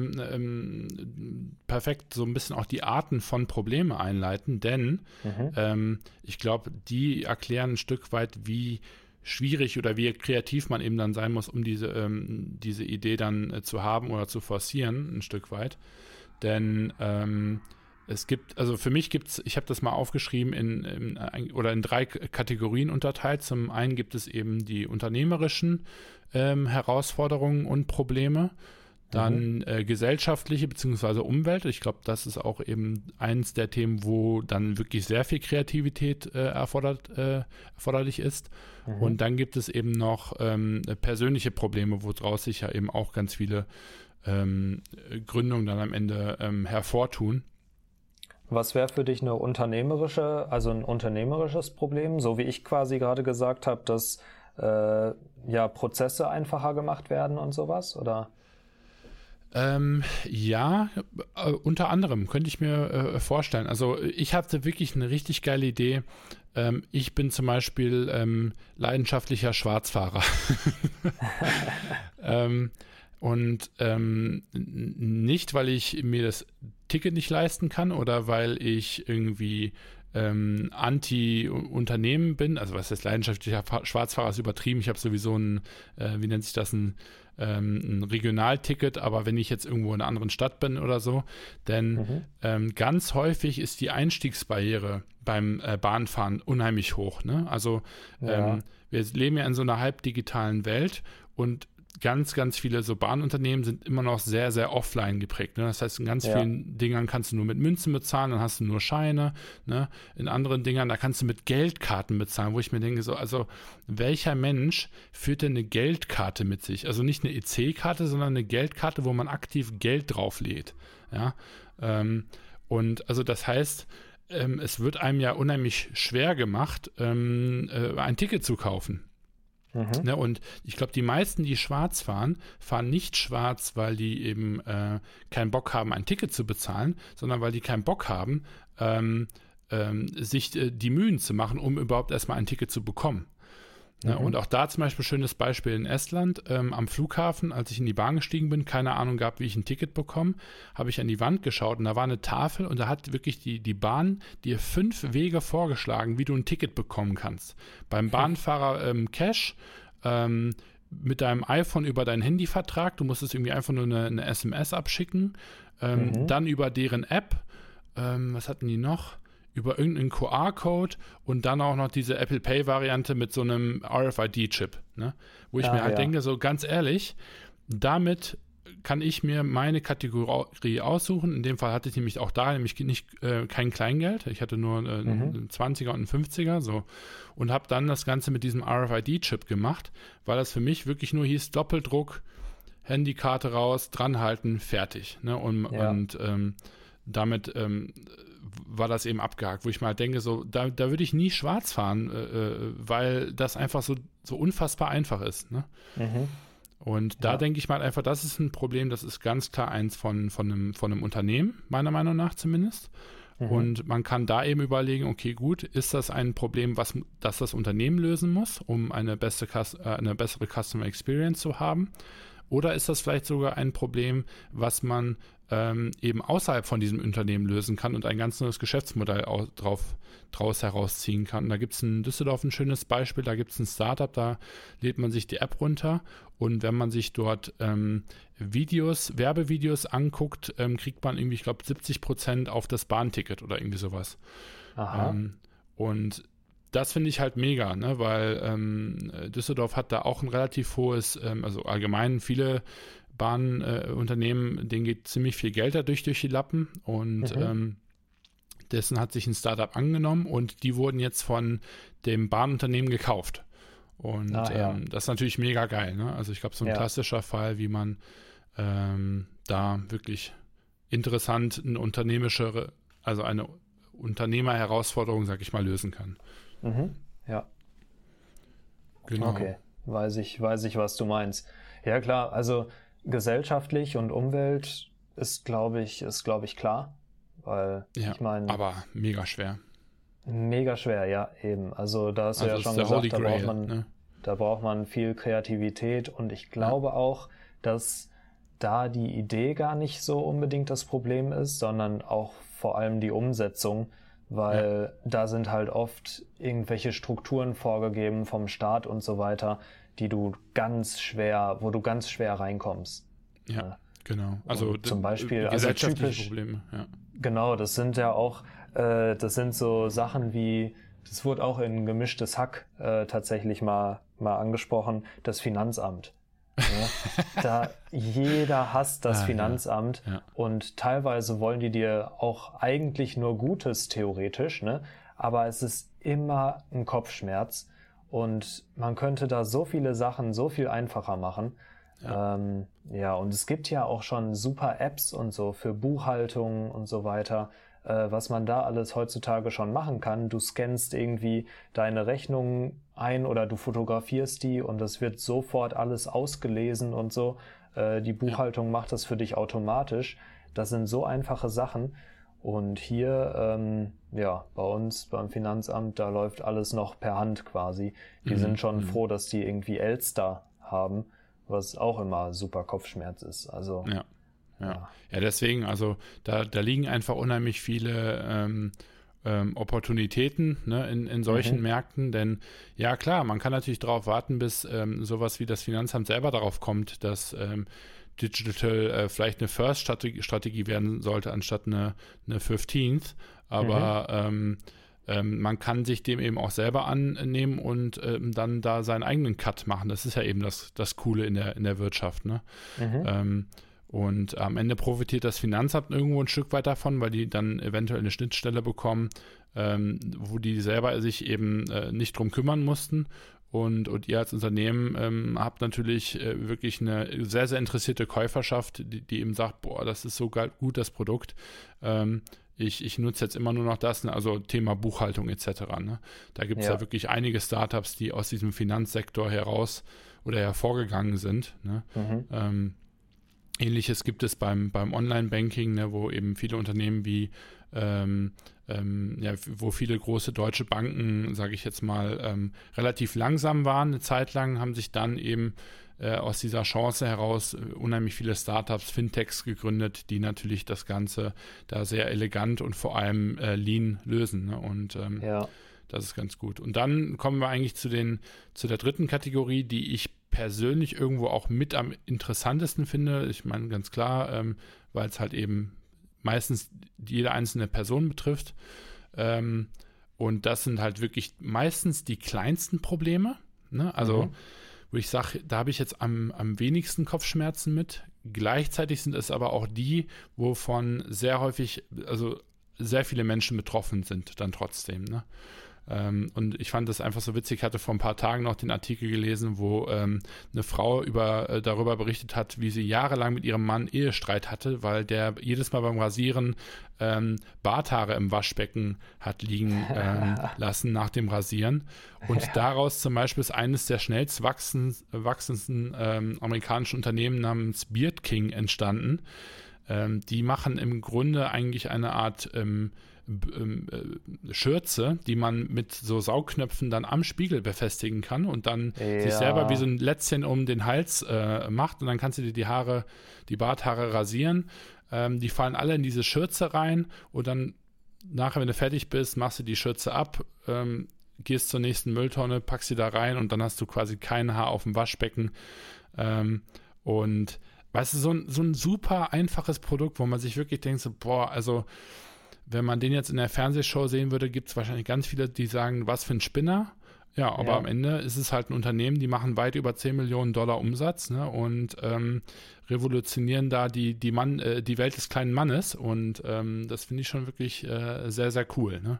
perfekt so ein bisschen auch die Arten von Probleme einleiten, denn ich glaube, die erklären ein Stück weit, wie schwierig oder wie kreativ man eben dann sein muss, um diese Idee dann zu haben oder zu forcieren, ein Stück weit. Denn es gibt, also für mich gibt es, ich habe das mal aufgeschrieben, in 3 Kategorien unterteilt. Zum einen gibt es eben die unternehmerischen Herausforderungen und Probleme, dann gesellschaftliche bzw. Umwelt. Ich glaube, das ist auch eben eins der Themen, wo dann wirklich sehr viel Kreativität erforderlich ist. Und dann gibt es eben noch persönliche Probleme, woraus sich ja eben auch ganz viele Gründungen dann am Ende hervortun. Was wäre für dich ein unternehmerisches Problem? So wie ich quasi gerade gesagt habe, dass Prozesse einfacher gemacht werden und sowas, oder? Ja, unter anderem könnte ich mir vorstellen. Also ich hatte wirklich eine richtig geile Idee. Ich bin zum Beispiel leidenschaftlicher Schwarzfahrer. Und nicht, weil ich mir das Ticket nicht leisten kann oder weil ich irgendwie Anti-Unternehmen bin. Also was heißt leidenschaftlicher Schwarzfahrer ist übertrieben. Ich habe sowieso ein Regionalticket, aber wenn ich jetzt irgendwo in einer anderen Stadt bin oder so, denn ganz häufig ist die Einstiegsbarriere beim Bahnfahren unheimlich hoch. Ne? Also wir leben ja in so einer halbdigitalen Welt und ganz, ganz viele so Bahnunternehmen sind immer noch sehr, sehr offline geprägt. Ne? Das heißt, in ganz vielen Dingern kannst du nur mit Münzen bezahlen, dann hast du nur Scheine. Ne? In anderen Dingern, da kannst du mit Geldkarten bezahlen, wo ich mir denke, so, also welcher Mensch führt denn eine Geldkarte mit sich? Also nicht eine EC-Karte, sondern eine Geldkarte, wo man aktiv Geld drauflädt. Ja? Und also das heißt, es wird einem ja unheimlich schwer gemacht, ein Ticket zu kaufen. Ne, und ich glaube, die meisten, die schwarz fahren, fahren nicht schwarz, weil die eben keinen Bock haben, ein Ticket zu bezahlen, sondern weil die keinen Bock haben, sich die Mühen zu machen, um überhaupt erstmal ein Ticket zu bekommen. Ne, und auch da zum Beispiel schönes Beispiel in Estland, am Flughafen, als ich in die Bahn gestiegen bin, keine Ahnung gab, wie ich ein Ticket bekomme, habe ich an die Wand geschaut und da war eine Tafel und da hat wirklich die Bahn dir 5 Wege vorgeschlagen, wie du ein Ticket bekommen kannst. Beim Bahnfahrer Cash, mit deinem iPhone über deinen Handyvertrag, du musstest irgendwie einfach nur eine SMS abschicken, dann über deren App, was hatten die noch? Über irgendeinen QR-Code und dann auch noch diese Apple Pay-Variante mit so einem RFID-Chip, ne? Wo ich mir halt denke, so ganz ehrlich, damit kann ich mir meine Kategorie aussuchen. In dem Fall hatte ich nämlich auch da kein Kleingeld. Ich hatte nur einen 20er und einen 50er so und habe dann das Ganze mit diesem RFID-Chip gemacht, weil das für mich wirklich nur hieß, Doppeldruck, Handykarte raus, dranhalten, fertig. Ne? Und damit war das eben abgehakt, wo ich mal denke, so, da würde ich nie schwarz fahren, weil das einfach so unfassbar einfach ist. Ne? Und da denke ich mal einfach, das ist ein Problem, das ist ganz klar eins von einem Unternehmen, meiner Meinung nach zumindest. Und man kann da eben überlegen, okay, gut, ist das ein Problem, das das Unternehmen lösen muss, um eine bessere Customer Experience zu haben? Oder ist das vielleicht sogar ein Problem, was man eben außerhalb von diesem Unternehmen lösen kann und ein ganz neues Geschäftsmodell draus herausziehen kann? Und da gibt es in Düsseldorf ein schönes Beispiel, da gibt es ein Startup, da lädt man sich die App runter und wenn man sich dort Werbevideos anguckt, kriegt man irgendwie, ich glaube, 70% auf das Bahnticket oder irgendwie sowas. Und das finde ich halt mega, ne? Weil Düsseldorf hat da auch ein relativ hohes, also allgemein viele Bahnunternehmen, denen geht ziemlich viel Geld dadurch durch die Lappen und dessen hat sich ein Startup angenommen und die wurden jetzt von dem Bahnunternehmen gekauft. Und das ist natürlich mega geil, ne? Also ich glaube, so ein klassischer Fall, wie man da wirklich interessant eine Unternehmerherausforderung, sag ich mal, lösen kann. Ja. Genau. Okay, weiß ich, was du meinst. Ja klar, also gesellschaftlich und Umwelt ist, glaube ich, klar, weil ich meine... aber mega schwer. Mega schwer, ja, eben. Also da hast du ja schon gesagt, da braucht man viel Kreativität und ich glaube auch, dass da die Idee gar nicht so unbedingt das Problem ist, sondern auch vor allem die Umsetzung, weil da sind halt oft irgendwelche Strukturen vorgegeben vom Staat und so weiter, wo du ganz schwer reinkommst. Ja, genau. Also und zum Beispiel gesellschaftliche Probleme. Ja. Genau, das sind ja auch, das sind so Sachen wie, das wurde auch in Gemischtes Hack tatsächlich mal angesprochen, das Finanzamt. Ja, da jeder hasst das Finanzamt und teilweise wollen die dir auch eigentlich nur Gutes theoretisch, ne? Aber es ist immer ein Kopfschmerz und man könnte da so viele Sachen so viel einfacher machen. Und es gibt ja auch schon super Apps und so für Buchhaltung und so weiter, was man da alles heutzutage schon machen kann. Du scannst irgendwie deine Rechnungen ein oder du fotografierst die und es wird sofort alles ausgelesen und so. Die Buchhaltung macht das für dich automatisch. Das sind so einfache Sachen. Und hier, bei uns beim Finanzamt, da läuft alles noch per Hand quasi. Die sind schon froh, dass die irgendwie Elster haben, was auch immer super Kopfschmerz ist. Also Ja, deswegen, also da liegen einfach unheimlich viele Opportunitäten, ne, in solchen Märkten, denn ja klar, man kann natürlich darauf warten, bis sowas wie das Finanzamt selber darauf kommt, dass Digital vielleicht eine First-Strategie werden sollte, anstatt eine 15th, aber man kann sich dem eben auch selber annehmen und dann da seinen eigenen Cut machen. Das ist ja eben das Coole in der Wirtschaft, ne? Und am Ende profitiert das Finanzamt irgendwo ein Stück weit davon, weil die dann eventuell eine Schnittstelle bekommen, wo die selber sich eben nicht drum kümmern mussten. Und ihr als Unternehmen habt natürlich wirklich eine sehr, sehr interessierte Käuferschaft, die eben sagt, boah, das ist so gut, das Produkt. ich nutze jetzt immer nur noch das, ne? Also Thema Buchhaltung etc. Ne? Da gibt es ja wirklich einige Startups, die aus diesem Finanzsektor heraus oder hervorgegangen sind. Ne? Ähnliches gibt es beim Online-Banking, ne, wo eben viele Unternehmen wie wo viele große deutsche Banken, sage ich jetzt mal, relativ langsam waren eine Zeit lang, haben sich dann eben aus dieser Chance heraus unheimlich viele Startups, Fintechs gegründet, die natürlich das Ganze da sehr elegant und vor allem lean lösen. Ne? Und das ist ganz gut. Und dann kommen wir eigentlich zu der dritten Kategorie, die ich persönlich irgendwo auch mit am interessantesten finde. Ich meine, ganz klar, weil es halt eben meistens jede einzelne Person betrifft. Und das sind halt wirklich meistens die kleinsten Probleme. Ne? Also, wo ich sage, da habe ich jetzt am wenigsten Kopfschmerzen mit. Gleichzeitig sind es aber auch die, wovon sehr häufig, also sehr viele Menschen betroffen sind dann trotzdem. Ne? Und ich fand das einfach so witzig, ich hatte vor ein paar Tagen noch den Artikel gelesen, wo eine Frau darüber berichtet hat, wie sie jahrelang mit ihrem Mann Ehestreit hatte, weil der jedes Mal beim Rasieren Barthaare im Waschbecken hat liegen lassen nach dem Rasieren. Und daraus zum Beispiel ist eines der schnellst wachsendsten amerikanischen Unternehmen namens Beard King entstanden. Die machen im Grunde eigentlich eine Art Schürze, die man mit so Saugknöpfen dann am Spiegel befestigen kann und dann sich selber wie so ein Lätzchen um den Hals macht und dann kannst du dir die Barthaare rasieren. Die fallen alle in diese Schürze rein und dann nachher, wenn du fertig bist, machst du die Schürze ab, gehst zur nächsten Mülltonne, packst sie da rein und dann hast du quasi kein Haar auf dem Waschbecken. Und weißt du, so ein super einfaches Produkt, wo man sich wirklich denkt, so, boah, also wenn man den jetzt in der Fernsehshow sehen würde, gibt es wahrscheinlich ganz viele, die sagen, was für ein Spinner. Ja, aber am Ende ist es halt ein Unternehmen, die machen weit über 10 Millionen Dollar Umsatz, ne, und revolutionieren da die Welt des kleinen Mannes. Und das finde ich schon wirklich sehr, sehr cool. Ne?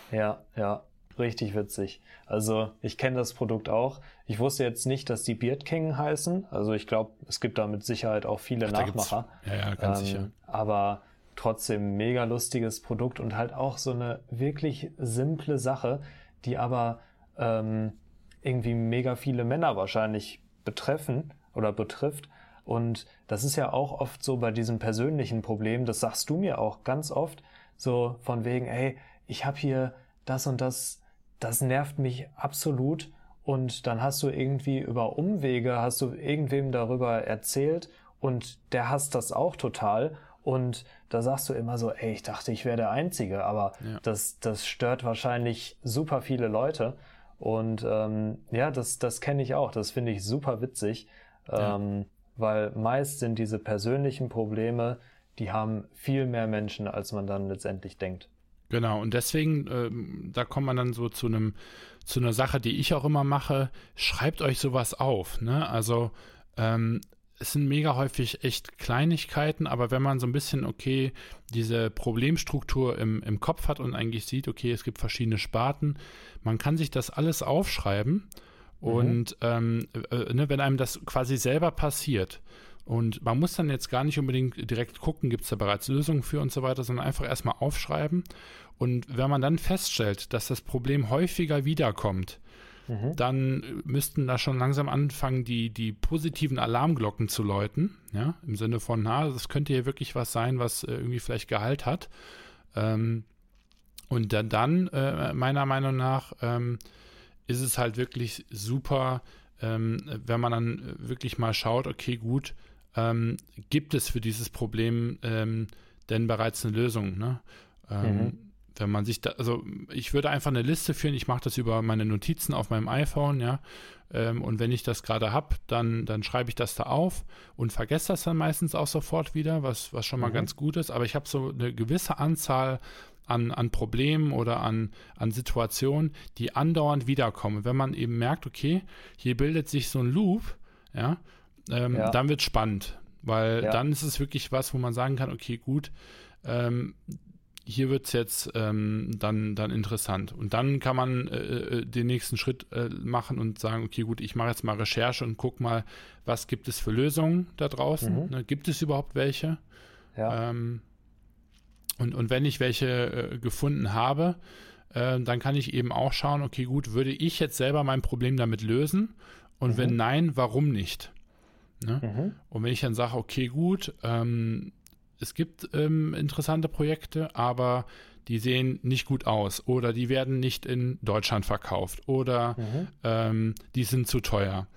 Ja, richtig witzig. Also ich kenne das Produkt auch. Ich wusste jetzt nicht, dass die Beard King heißen. Also ich glaube, es gibt da mit Sicherheit auch viele Nachmacher. Ja, ganz sicher. Aber trotzdem mega lustiges Produkt und halt auch so eine wirklich simple Sache, die aber irgendwie mega viele Männer wahrscheinlich betreffen oder betrifft. Und das ist ja auch oft so bei diesem persönlichen Problem, das sagst du mir auch ganz oft, so von wegen, ey, ich habe hier das und das nervt mich absolut. Und dann hast du irgendwie über Umwege, hast du irgendwem darüber erzählt und der hasst das auch total. Und da sagst du immer so, ey, ich dachte, ich wäre der Einzige, aber das stört wahrscheinlich super viele Leute. Und das kenne ich auch, das finde ich super witzig, weil meist sind diese persönlichen Probleme, die haben viel mehr Menschen, als man dann letztendlich denkt. Genau, und deswegen, da kommt man dann so zu einer Sache, die ich auch immer mache, schreibt euch sowas auf, ne? Also es sind mega häufig echt Kleinigkeiten, aber wenn man so ein bisschen, diese Problemstruktur im Kopf hat und eigentlich sieht, es gibt verschiedene Sparten, man kann sich das alles aufschreiben und wenn einem das quasi selber passiert und man muss dann jetzt gar nicht unbedingt direkt gucken, gibt es da bereits Lösungen für und so weiter, sondern einfach erstmal aufschreiben und wenn man dann feststellt, dass das Problem häufiger wiederkommt, dann müssten da schon langsam anfangen, die positiven Alarmglocken zu läuten, ja, im Sinne von, das könnte hier wirklich was sein, was irgendwie vielleicht Gehalt hat. Und dann meiner Meinung nach, ist es halt wirklich super, wenn man dann wirklich mal schaut, gibt es für dieses Problem denn bereits eine Lösung, ne? Wenn man sich ich würde einfach eine Liste führen, ich mache das über meine Notizen auf meinem iPhone, ja, und wenn ich das gerade habe, dann schreibe ich das da auf und vergesse das dann meistens auch sofort wieder, was schon mal ganz gut ist, aber ich habe so eine gewisse Anzahl an Problemen oder an Situationen, die andauernd wiederkommen. Wenn man eben merkt, hier bildet sich so ein Loop, ja, dann wird es spannend, weil dann ist es wirklich was, wo man sagen kann, hier wird es jetzt dann interessant. Und dann kann man den nächsten Schritt machen und sagen, ich mache jetzt mal Recherche und guck mal, was gibt es für Lösungen da draußen? Ne, gibt es überhaupt welche? Ja. Und wenn ich welche gefunden habe, dann kann ich eben auch schauen, okay, gut, würde ich jetzt selber mein Problem damit lösen? Und wenn nein, warum nicht? Ne? Und wenn ich dann sage, okay, gut, es gibt interessante Projekte, aber die sehen nicht gut aus oder die werden nicht in Deutschland verkauft oder die sind zu teuer.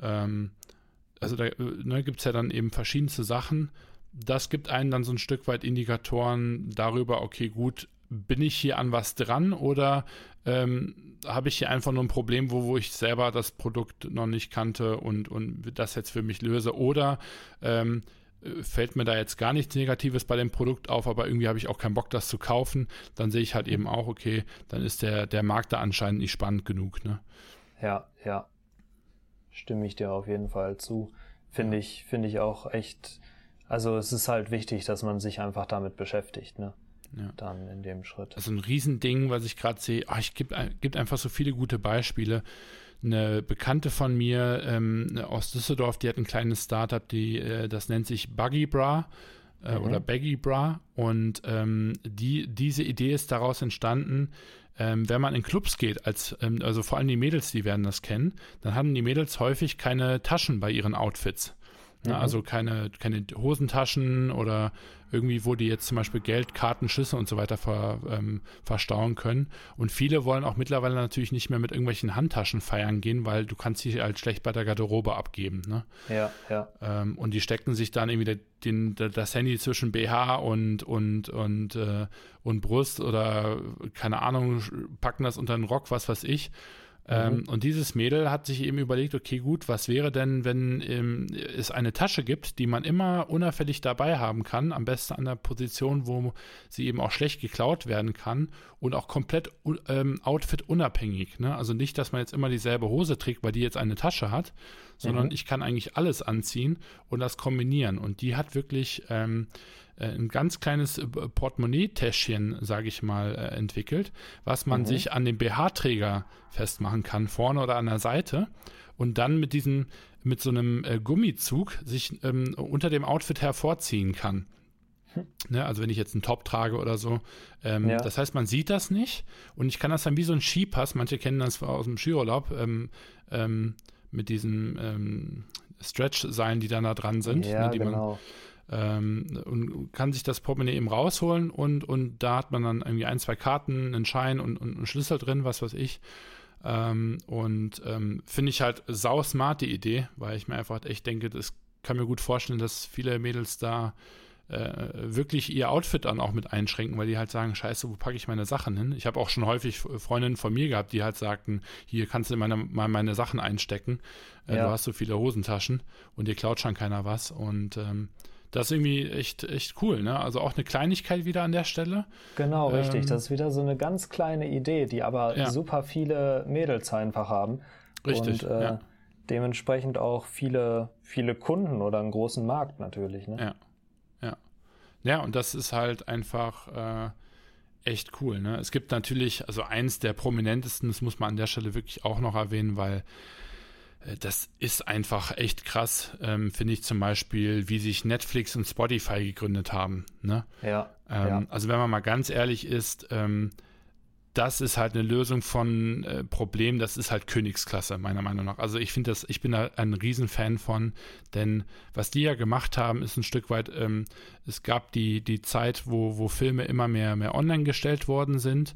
Also da gibt es ja dann eben verschiedenste Sachen. Das gibt einen dann so ein Stück weit Indikatoren darüber, okay, gut, bin ich hier an was dran oder habe ich hier einfach nur ein Problem, wo ich selber das Produkt noch nicht kannte und das jetzt für mich löse oder fällt mir da jetzt gar nichts Negatives bei dem Produkt auf, aber irgendwie habe ich auch keinen Bock, das zu kaufen, dann sehe ich halt eben auch, okay, dann ist der Markt da anscheinend nicht spannend genug. Ne? Ja, stimme ich dir auf jeden Fall zu. Finde ich auch echt, also es ist halt wichtig, dass man sich einfach damit beschäftigt, ne? Ja. Dann in dem Schritt. Also ein Riesending, was ich gerade sehe, ich gibt einfach so viele gute Beispiele. Eine Bekannte von mir aus Düsseldorf, die hat ein kleines Startup, das nennt sich Buggy Bra oder Baggy Bra und diese Idee ist daraus entstanden, wenn man in Clubs geht, also vor allem die Mädels, die werden das kennen, dann haben die Mädels häufig keine Taschen bei ihren Outfits. Also keine Hosentaschen oder irgendwie, wo die jetzt zum Beispiel Geld, Karten, Schüsse und so weiter verstauen können. Und viele wollen auch mittlerweile natürlich nicht mehr mit irgendwelchen Handtaschen feiern gehen, weil du kannst sie halt schlecht bei der Garderobe abgeben. Ne? Ja. Und die stecken sich dann irgendwie das Handy zwischen BH und Brust oder keine Ahnung, packen das unter den Rock, was weiß ich. Und dieses Mädel hat sich eben überlegt, okay, gut, was wäre denn, wenn es eine Tasche gibt, die man immer unauffällig dabei haben kann, am besten an der Position, wo sie eben auch schlecht geklaut werden kann und auch komplett outfit-unabhängig. Ne? Also nicht, dass man jetzt immer dieselbe Hose trägt, weil die jetzt eine Tasche hat, sondern ich kann eigentlich alles anziehen und das kombinieren. Und die hat wirklich ein ganz kleines Portemonnaie-Täschchen, sage ich mal, entwickelt, was man sich an dem BH-Träger festmachen kann, vorne oder an der Seite und dann mit so einem Gummizug sich unter dem Outfit hervorziehen kann. Ne, also wenn ich jetzt einen Top trage oder so. Das heißt, man sieht das nicht und ich kann das dann wie so ein Skipass, manche kennen das aus dem Skiurlaub, mit diesen Stretch-Seilen, die dann da dran sind, ja, die genau. Und kann sich das Portemonnaie eben rausholen und da hat man dann irgendwie 1, 2 Karten, einen Schein und einen Schlüssel drin, was weiß ich. Finde ich halt sau smart die Idee, weil ich mir einfach echt denke, das kann mir gut vorstellen, dass viele Mädels da wirklich ihr Outfit dann auch mit einschränken, weil die halt sagen, scheiße, wo packe ich meine Sachen hin? Ich habe auch schon häufig Freundinnen von mir gehabt, die halt sagten, hier kannst du mal meine Sachen einstecken, du hast so viele Hosentaschen und dir klaut schon keiner was und das ist irgendwie echt cool, ne? Also auch eine Kleinigkeit wieder an der Stelle. Genau, richtig. Das ist wieder so eine ganz kleine Idee, die aber super viele Mädels einfach haben. Richtig, und dementsprechend auch viele Kunden oder einen großen Markt natürlich, ne? Ja, und das ist halt einfach echt cool, ne? Es gibt natürlich, also eins der prominentesten, das muss man an der Stelle wirklich auch noch erwähnen, weil das ist einfach echt krass, finde ich zum Beispiel, wie sich Netflix und Spotify gegründet haben, ne? Ja. Also wenn man mal ganz ehrlich ist, das ist halt eine Lösung von Problemen, das ist halt Königsklasse, meiner Meinung nach. Also ich bin da ein Riesenfan von, denn was die ja gemacht haben, ist ein Stück weit, es gab die Zeit, wo Filme immer mehr online gestellt worden sind,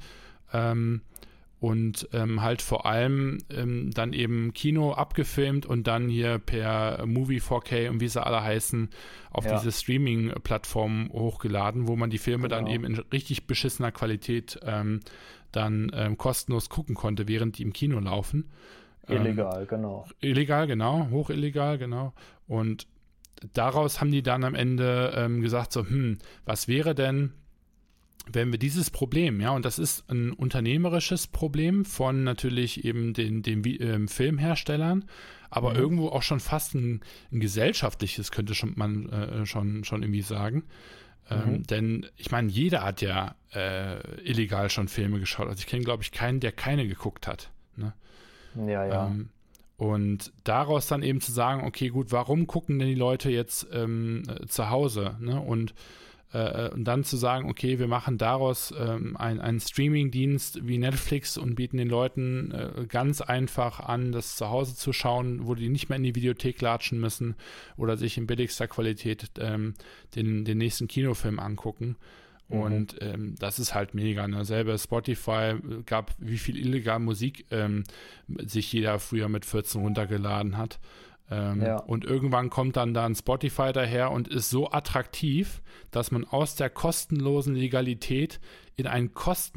und halt vor allem dann eben Kino abgefilmt und dann hier per Movie 4K und wie sie alle heißen, auf diese Streaming-Plattformen hochgeladen, wo man die Filme dann eben in richtig beschissener Qualität dann kostenlos gucken konnte, während die im Kino laufen. Illegal, genau. Illegal, genau. Hochillegal, genau. Und daraus haben die dann am Ende gesagt so, was wäre denn, wenn wir dieses Problem, und das ist ein unternehmerisches Problem von natürlich eben den Filmherstellern, aber irgendwo auch schon fast ein gesellschaftliches, könnte man schon irgendwie sagen. Denn ich meine, jeder hat ja illegal schon Filme geschaut. Also ich kenne, glaube ich, keinen, der keine geguckt hat. Ne? Ja. Und daraus dann eben zu sagen, okay, gut, warum gucken denn die Leute jetzt zu Hause? Ne? Und Und dann zu sagen, okay, wir machen daraus einen Streaming-Dienst wie Netflix und bieten den Leuten ganz einfach an, das zu Hause zu schauen, wo die nicht mehr in die Videothek latschen müssen oder sich in billigster Qualität den nächsten Kinofilm angucken. Und das ist halt mega. Ne? Selber Spotify gab, wie viel illegal Musik sich jeder früher mit 14 runtergeladen hat. Und irgendwann kommt dann da ein Spotify daher und ist so attraktiv, dass man aus der kostenlosen Legalität in ein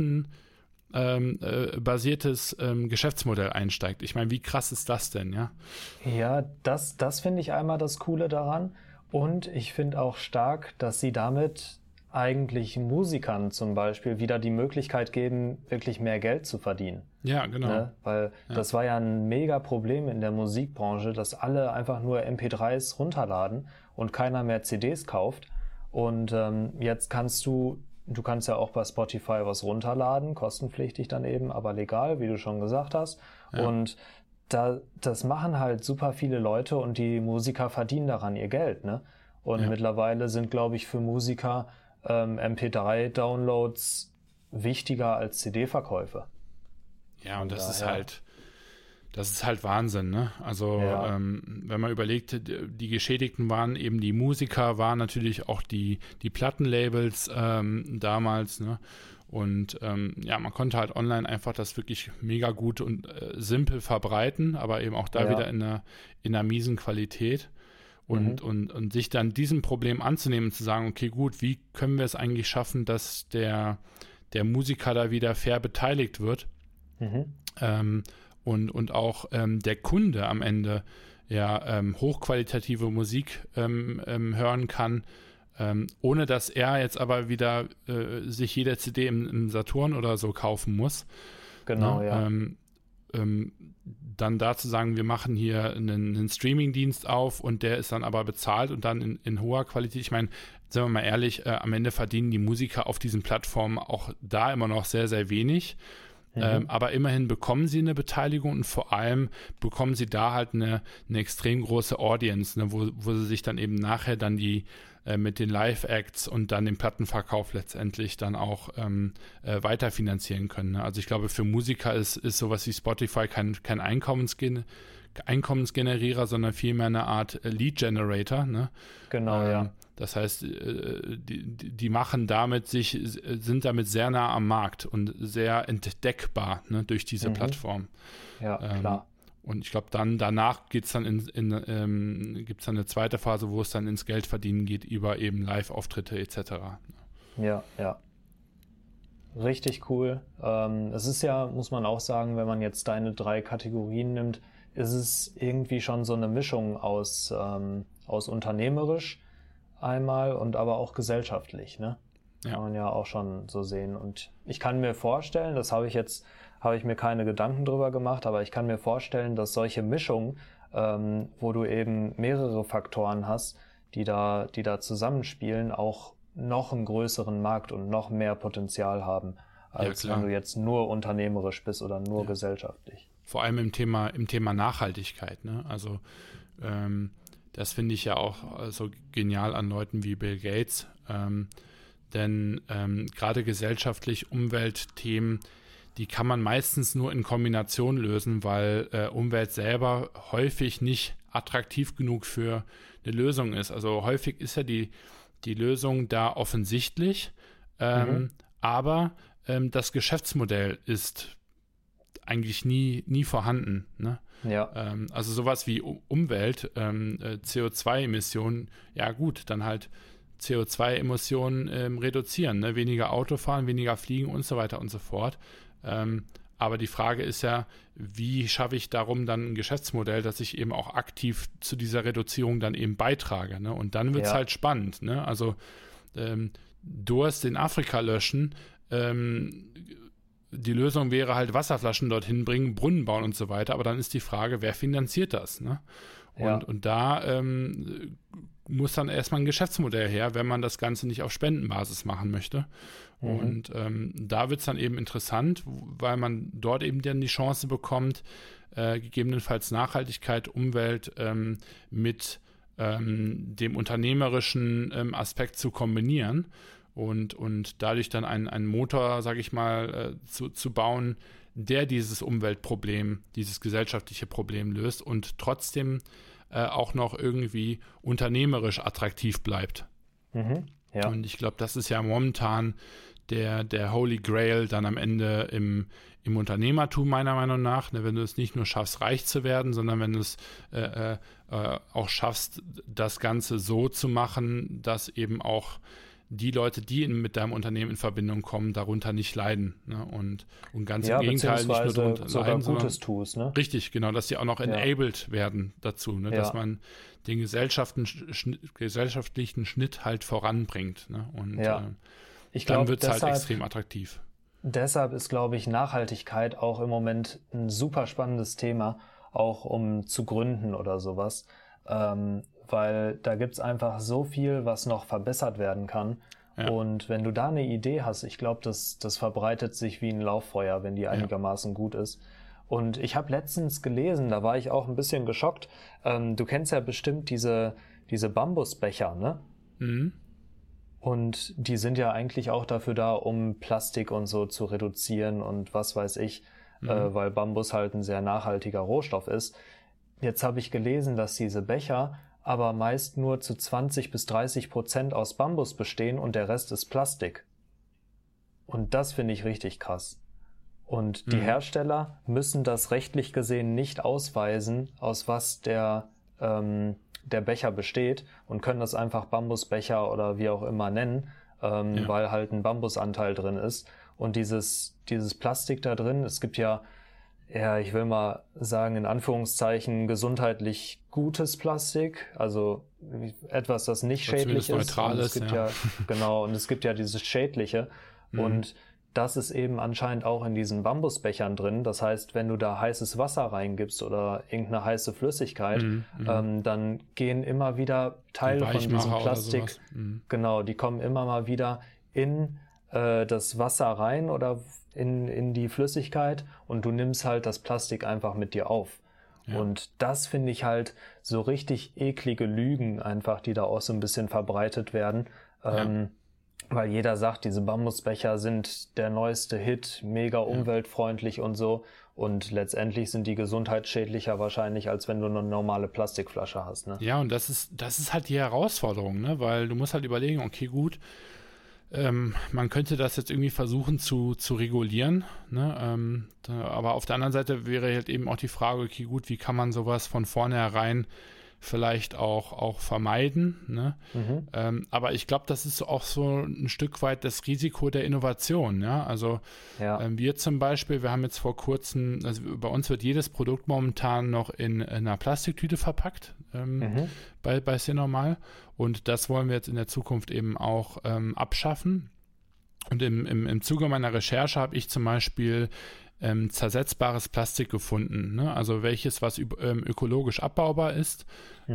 kostenbasiertes Geschäftsmodell einsteigt. Ich meine, wie krass ist das denn, ja? Ja, das finde ich einmal das Coole daran. Und ich finde auch stark, dass sie damit eigentlich Musikern zum Beispiel wieder die Möglichkeit geben, wirklich mehr Geld zu verdienen. Ja, genau. Ne? Weil das war ja ein mega Problem in der Musikbranche, dass alle einfach nur MP3s runterladen und keiner mehr CDs kauft. Und jetzt kannst du kannst ja auch bei Spotify was runterladen, kostenpflichtig dann eben, aber legal, wie du schon gesagt hast. Ja. Und das machen halt super viele Leute und die Musiker verdienen daran ihr Geld. Ne? Und mittlerweile sind, glaube ich, für Musiker MP3-Downloads wichtiger als CD-Verkäufe. Ja, und das ist halt Wahnsinn, ne? Also wenn man überlegt, die Geschädigten waren eben die Musiker, waren natürlich auch die Plattenlabels damals, ne? Und man konnte halt online einfach das wirklich mega gut und simpel verbreiten, aber eben auch da wieder in einer miesen Qualität. Und sich dann diesem Problem anzunehmen und zu sagen, okay, gut, wie können wir es eigentlich schaffen, dass der Musiker da wieder fair beteiligt wird und auch der Kunde am Ende hochqualitative Musik hören kann, ohne dass er jetzt aber wieder sich jede CD im Saturn oder so kaufen muss. Genau, ne? Dann da zu sagen, wir machen hier einen Streaming-Dienst auf und der ist dann aber bezahlt und dann in hoher Qualität. Ich meine, sagen wir mal ehrlich, am Ende verdienen die Musiker auf diesen Plattformen auch da immer noch sehr, sehr wenig. Aber immerhin bekommen sie eine Beteiligung und vor allem bekommen sie da halt eine extrem große Audience, ne, wo sie sich dann eben nachher dann mit den Live-Acts und dann den Plattenverkauf letztendlich dann auch weiterfinanzieren können. Ne? Also ich glaube, für Musiker ist sowas wie Spotify kein Einkommensgenerierer, sondern vielmehr eine Art Lead-Generator. Ne? Genau, Das heißt, die machen sind damit sehr nah am Markt und sehr entdeckbar, ne, durch diese Plattform. Ja, klar. Und ich glaube, dann danach geht's dann gibt's dann eine zweite Phase, wo es dann ins Geldverdienen geht über eben Live-Auftritte etc. Ja. Richtig cool. Es ist ja, muss man auch sagen, wenn man jetzt deine 3 Kategorien nimmt, ist es irgendwie schon so eine Mischung aus unternehmerisch einmal und aber auch gesellschaftlich, ne? Ja. Kann man ja auch schon so sehen. Und ich kann mir vorstellen, habe ich mir keine Gedanken drüber gemacht, aber ich kann mir vorstellen, dass solche Mischungen, wo du eben mehrere Faktoren hast, die da zusammenspielen, auch noch einen größeren Markt und noch mehr Potenzial haben, als wenn du jetzt nur unternehmerisch bist oder nur gesellschaftlich. Vor allem im Thema Nachhaltigkeit, ne? Also das finde ich ja auch so genial an Leuten wie Bill Gates, denn gerade gesellschaftlich Umweltthemen, die kann man meistens nur in Kombination lösen, weil Umwelt selber häufig nicht attraktiv genug für eine Lösung ist. Also häufig ist ja die Lösung da offensichtlich, aber das Geschäftsmodell ist eigentlich nie vorhanden, ne? Ja. Also sowas wie Umwelt, CO2-Emissionen, ja gut, dann halt CO2-Emissionen reduzieren, ne? Weniger Autofahren, weniger Fliegen und so weiter und so fort. Aber die Frage ist ja, wie schaffe ich darum dann ein Geschäftsmodell, dass ich eben auch aktiv zu dieser Reduzierung dann eben beitrage, ne? Und dann wird es halt spannend, ne? Also Durst in Afrika löschen, die Lösung wäre halt Wasserflaschen dorthin bringen, Brunnen bauen und so weiter, aber dann ist die Frage, wer finanziert das, ne? Und da muss dann erstmal ein Geschäftsmodell her, wenn man das Ganze nicht auf Spendenbasis machen möchte. Und da wird es dann eben interessant, weil man dort eben dann die Chance bekommt, gegebenenfalls Nachhaltigkeit, Umwelt mit dem unternehmerischen Aspekt zu kombinieren und dadurch dann einen Motor, sage ich mal, zu bauen, der dieses Umweltproblem, dieses gesellschaftliche Problem löst und trotzdem auch noch irgendwie unternehmerisch attraktiv bleibt. Ja. Und ich glaube, das ist ja momentan der Holy Grail dann am Ende im Unternehmertum meiner Meinung nach, ne, wenn du es nicht nur schaffst, reich zu werden, sondern wenn du es auch schaffst, das Ganze so zu machen, dass eben auch die Leute, die mit deinem Unternehmen in Verbindung kommen, darunter nicht leiden. Ne? Und ganz im Gegenteil, nicht nur darunter sogar leiden, Gutes tust. Ne? Richtig, genau, dass die auch noch enabled werden dazu, ne? Dass man den gesellschaftlichen Schnitt halt voranbringt. Ne? Und ich dann glaub, wird es halt extrem attraktiv. Deshalb ist, glaube ich, Nachhaltigkeit auch im Moment ein super spannendes Thema, auch um zu gründen oder sowas. Weil da gibt's einfach so viel, was noch verbessert werden kann. Ja. Und wenn du da eine Idee hast, ich glaube, das verbreitet sich wie ein Lauffeuer, wenn die einigermaßen gut ist. Und ich habe letztens gelesen, da war ich auch ein bisschen geschockt. Du kennst ja bestimmt diese Bambusbecher, ne? Mhm. Und die sind ja eigentlich auch dafür da, um Plastik und so zu reduzieren und was weiß ich, weil Bambus halt ein sehr nachhaltiger Rohstoff ist. Jetzt habe ich gelesen, dass diese Becher aber meist nur zu 20-30% aus Bambus bestehen und der Rest ist Plastik. Und das finde ich richtig krass. Und die Hersteller müssen das rechtlich gesehen nicht ausweisen, aus was der Becher besteht und können das einfach Bambusbecher oder wie auch immer nennen, weil halt ein Bambusanteil drin ist. Und dieses Plastik da drin, es gibt ja, ich will mal sagen, in Anführungszeichen gesundheitlich gutes Plastik, also etwas, das nicht schädlich ist. Neutral ist, Genau, und es gibt ja dieses Schädliche. Und das ist eben anscheinend auch in diesen Bambusbechern drin. Das heißt, wenn du da heißes Wasser reingibst oder irgendeine heiße Flüssigkeit, dann gehen immer wieder Teile von diesem Plastik, genau, die kommen immer mal wieder in das Wasser rein oder in die Flüssigkeit und du nimmst halt das Plastik einfach mit dir auf. Ja. Und das finde ich halt so richtig eklige Lügen einfach, die da auch so ein bisschen verbreitet werden. Weil jeder sagt, diese Bambusbecher sind der neueste Hit, mega umweltfreundlich und so. Und letztendlich sind die gesundheitsschädlicher wahrscheinlich, als wenn du eine normale Plastikflasche hast. Ne? Ja, und das ist halt die Herausforderung, ne? Weil du musst halt überlegen, okay, gut, man könnte das jetzt irgendwie versuchen zu regulieren, ne? Aber auf der anderen Seite wäre halt eben auch die Frage, okay, gut, wie kann man sowas von vornherein vielleicht auch vermeiden, ne? Aber ich glaube, das ist auch so ein Stück weit das Risiko der Innovation, ja, also wir zum Beispiel, wir haben jetzt vor kurzem, also bei uns wird jedes Produkt momentan noch in einer Plastiktüte verpackt, bei Cinormal, und das wollen wir jetzt in der Zukunft eben auch abschaffen. Und im Zuge meiner Recherche habe ich zum Beispiel zersetzbares Plastik gefunden, ne? Also welches, was ökologisch abbaubar ist,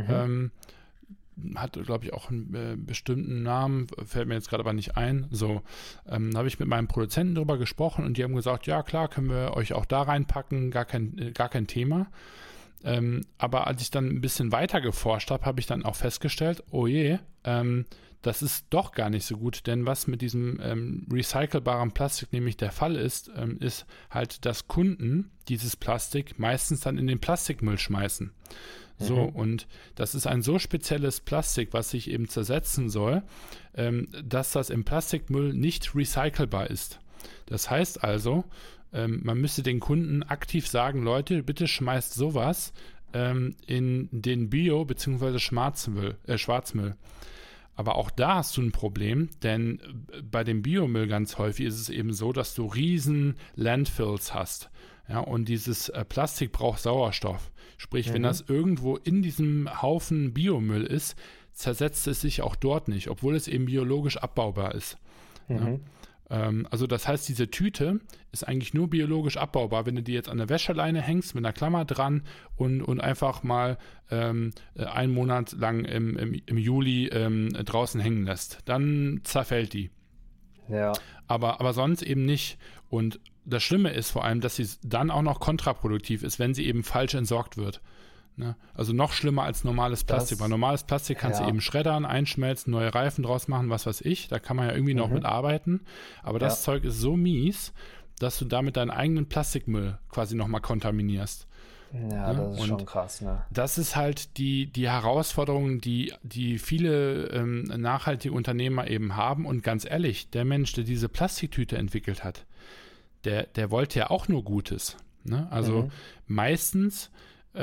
hat, glaube ich, auch einen bestimmten Namen, fällt mir jetzt gerade aber nicht ein. So, habe ich mit meinem Produzenten darüber gesprochen und die haben gesagt, ja klar, können wir euch auch da reinpacken, gar kein Thema. Aber als ich dann ein bisschen weiter geforscht habe, habe ich dann auch festgestellt, oh je, das ist doch gar nicht so gut, denn was mit diesem recycelbaren Plastik nämlich der Fall ist halt, dass Kunden dieses Plastik meistens dann in den Plastikmüll schmeißen. So, und das ist ein so spezielles Plastik, was sich eben zersetzen soll, dass das im Plastikmüll nicht recycelbar ist. Das heißt also, man müsste den Kunden aktiv sagen, Leute, bitte schmeißt sowas in den Bio- bzw. Schwarzmüll. Aber auch da hast du ein Problem, denn bei dem Biomüll ganz häufig ist es eben so, dass du riesen Landfills hast. Ja, und dieses Plastik braucht Sauerstoff. Sprich, wenn das irgendwo in diesem Haufen Biomüll ist, zersetzt es sich auch dort nicht, obwohl es eben biologisch abbaubar ist. Ja. Also das heißt, diese Tüte ist eigentlich nur biologisch abbaubar, wenn du die jetzt an der Wäscheleine hängst mit einer Klammer dran und einfach mal einen Monat lang im Juli draußen hängen lässt. Dann zerfällt die. Ja. Aber sonst eben nicht. Und das Schlimme ist vor allem, dass sie dann auch noch kontraproduktiv ist, wenn sie eben falsch entsorgt wird. Ne? Also noch schlimmer als normales Plastik, weil normales Plastik kannst du eben schreddern, einschmelzen, neue Reifen draus machen, was weiß ich. Da kann man ja irgendwie noch mit arbeiten. Aber das Zeug ist so mies, dass du damit deinen eigenen Plastikmüll quasi nochmal kontaminierst. Ja, das ist schon krass, ne? Das ist halt die Herausforderung, die viele nachhaltige Unternehmer eben haben. Und ganz ehrlich, der Mensch, der diese Plastiktüte entwickelt hat, der wollte ja auch nur Gutes. Ne? Also meistens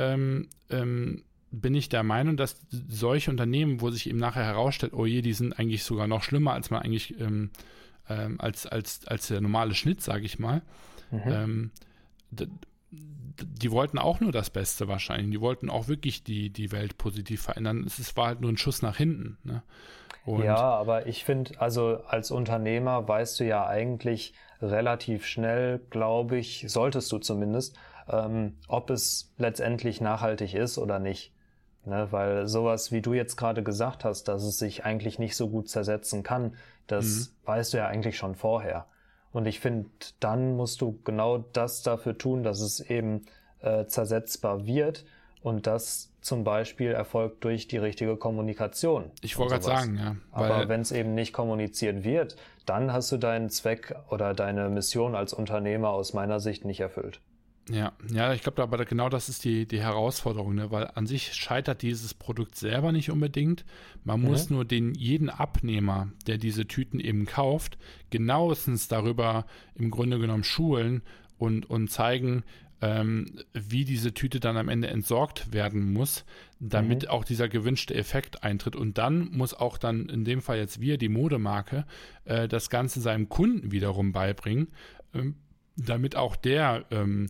bin ich der Meinung, dass solche Unternehmen, wo sich eben nachher herausstellt, oh je, die sind eigentlich sogar noch schlimmer, als man eigentlich als der normale Schnitt, sage ich mal. Die wollten auch nur das Beste wahrscheinlich. Die wollten auch wirklich die Welt positiv verändern. Es war halt nur ein Schuss nach hinten. Ne? Ja, aber ich finde, also als Unternehmer weißt du ja eigentlich relativ schnell, glaube ich, solltest du zumindest, ob es letztendlich nachhaltig ist oder nicht. Ne? Weil sowas, wie du jetzt gerade gesagt hast, dass es sich eigentlich nicht so gut zersetzen kann, das weißt du ja eigentlich schon vorher. Und ich finde, dann musst du genau das dafür tun, dass es eben zersetzbar wird. Und das zum Beispiel erfolgt durch die richtige Kommunikation. Ich wollte gerade sagen, ja. Aber wenn es eben nicht kommuniziert wird, dann hast du deinen Zweck oder deine Mission als Unternehmer aus meiner Sicht nicht erfüllt. Ja, ich glaube, aber genau das ist die Herausforderung, ne? Weil an sich scheitert dieses Produkt selber nicht unbedingt. Man muss nur jeden Abnehmer, der diese Tüten eben kauft, genauestens darüber im Grunde genommen schulen und zeigen, wie diese Tüte dann am Ende entsorgt werden muss, damit auch dieser gewünschte Effekt eintritt. Und dann muss auch dann in dem Fall jetzt wir, die Modemarke, das Ganze seinem Kunden wiederum beibringen, damit auch der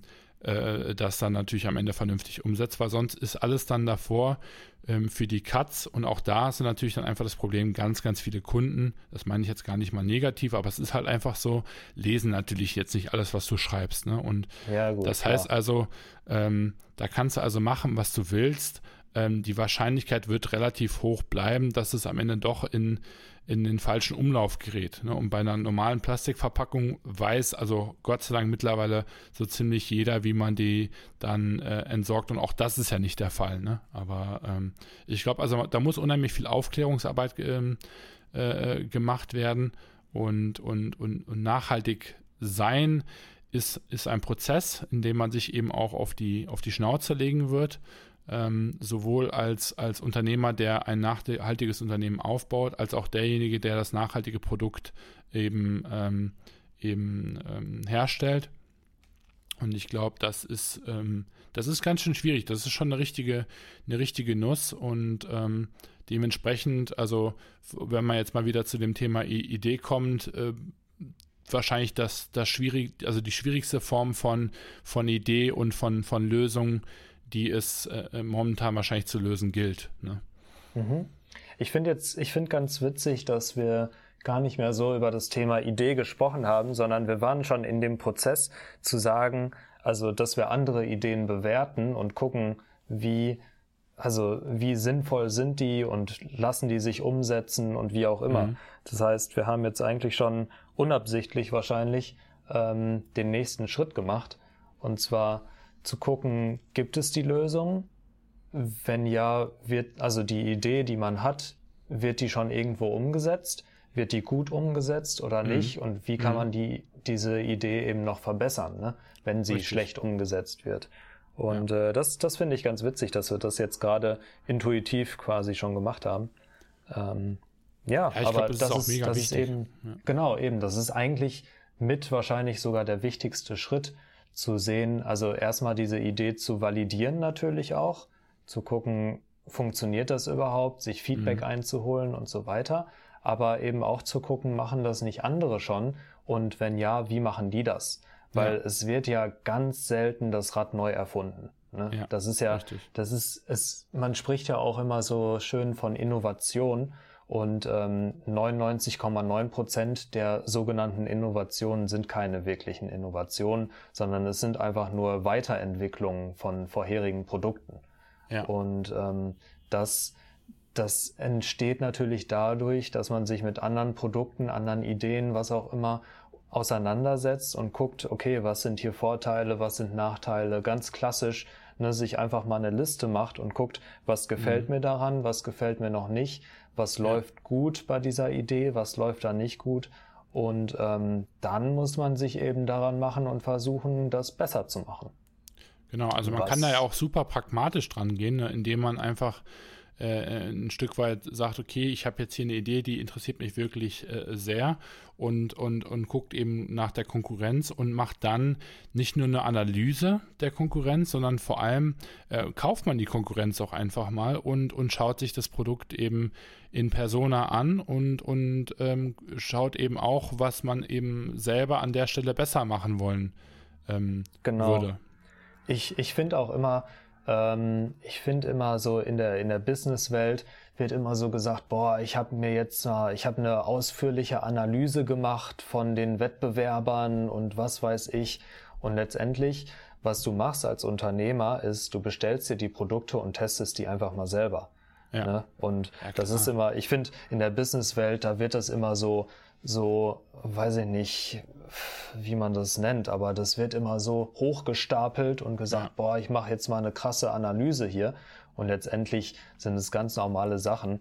das dann natürlich am Ende vernünftig umsetzt, weil sonst ist alles dann davor für die Cuts und auch da ist natürlich dann einfach das Problem, ganz, ganz viele Kunden, das meine ich jetzt gar nicht mal negativ, aber es ist halt einfach so, lesen natürlich jetzt nicht alles, was du schreibst, ne? Und ja, gut, das heißt also, da kannst du also machen, was du willst, die Wahrscheinlichkeit wird relativ hoch bleiben, dass es am Ende doch in den falschen Umlauf gerät. Ne? Und bei einer normalen Plastikverpackung weiß also Gott sei Dank mittlerweile so ziemlich jeder, wie man die dann entsorgt. Und auch das ist ja nicht der Fall. Ne? Aber ich glaube, also da muss unheimlich viel Aufklärungsarbeit gemacht werden. Und nachhaltig sein ist ein Prozess, in dem man sich eben auch auf die Schnauze legen wird. Sowohl als Unternehmer, der ein nachhaltiges Unternehmen aufbaut, als auch derjenige, der das nachhaltige Produkt eben herstellt. Und ich glaube, das ist ganz schön schwierig. Das ist schon eine richtige Nuss und dementsprechend, also wenn man jetzt mal wieder zu dem Thema Idee kommt, wahrscheinlich die schwierigste Form von Idee und von Lösung, die es momentan wahrscheinlich zu lösen gilt. Ne? Ich finde ganz witzig, dass wir gar nicht mehr so über das Thema Idee gesprochen haben, sondern wir waren schon in dem Prozess zu sagen, also dass wir andere Ideen bewerten und gucken, wie sinnvoll sind die und lassen die sich umsetzen und wie auch immer. Das heißt, wir haben jetzt eigentlich schon unabsichtlich wahrscheinlich den nächsten Schritt gemacht, und zwar zu gucken, gibt es die Lösung? Wenn ja, also die Idee, die man hat, wird die schon irgendwo umgesetzt? Wird die gut umgesetzt oder nicht? Und wie kann man diese Idee eben noch verbessern, ne? Wenn sie schlecht umgesetzt wird? Und das finde ich ganz witzig, dass wir das jetzt gerade intuitiv quasi schon gemacht haben. Ich aber glaub, das ist auch mega wichtig. Ist eben, genau, eben, das ist eigentlich mit wahrscheinlich sogar der wichtigste Schritt, zu sehen, also erstmal diese Idee zu validieren natürlich auch, zu gucken, funktioniert das überhaupt, sich Feedback einzuholen und so weiter, aber eben auch zu gucken, machen das nicht andere schon und wenn ja, wie machen die das? Weil es wird ja ganz selten das Rad neu erfunden. Ne? Ja, das ist ja, richtig. Man spricht ja auch immer so schön von Innovation. Und 99,9% der sogenannten Innovationen sind keine wirklichen Innovationen, sondern es sind einfach nur Weiterentwicklungen von vorherigen Produkten. Ja. Und das entsteht natürlich dadurch, dass man sich mit anderen Produkten, anderen Ideen, was auch immer, auseinandersetzt und guckt, okay, was sind hier Vorteile, was sind Nachteile, ganz klassisch ne, sich einfach mal eine Liste macht und guckt, was gefällt mir daran, was gefällt mir noch nicht, was läuft gut bei dieser Idee, was läuft da nicht gut. Und dann muss man sich eben daran machen und versuchen, das besser zu machen. Genau, also man kann da ja auch super pragmatisch dran gehen, ne, indem man einfach ein Stück weit sagt, okay, ich habe jetzt hier eine Idee, die interessiert mich wirklich sehr und guckt eben nach der Konkurrenz und macht dann nicht nur eine Analyse der Konkurrenz, sondern vor allem kauft man die Konkurrenz auch einfach mal und schaut sich das Produkt eben in Persona an und schaut eben auch, was man eben selber an der Stelle besser machen wollen würde. Ich finde auch immer, so in der Businesswelt wird immer so gesagt, boah, ich habe eine ausführliche Analyse gemacht von den Wettbewerbern und was weiß ich. Und letztendlich, was du machst als Unternehmer, ist, du bestellst dir die Produkte und testest die einfach mal selber. Ja. Ne? Und das ist immer, ich finde, in der Businesswelt, da wird das immer so, weiß ich nicht, wie man das nennt, aber das wird immer so hochgestapelt und gesagt, boah, ich mache jetzt mal eine krasse Analyse hier. Und letztendlich sind es ganz normale Sachen.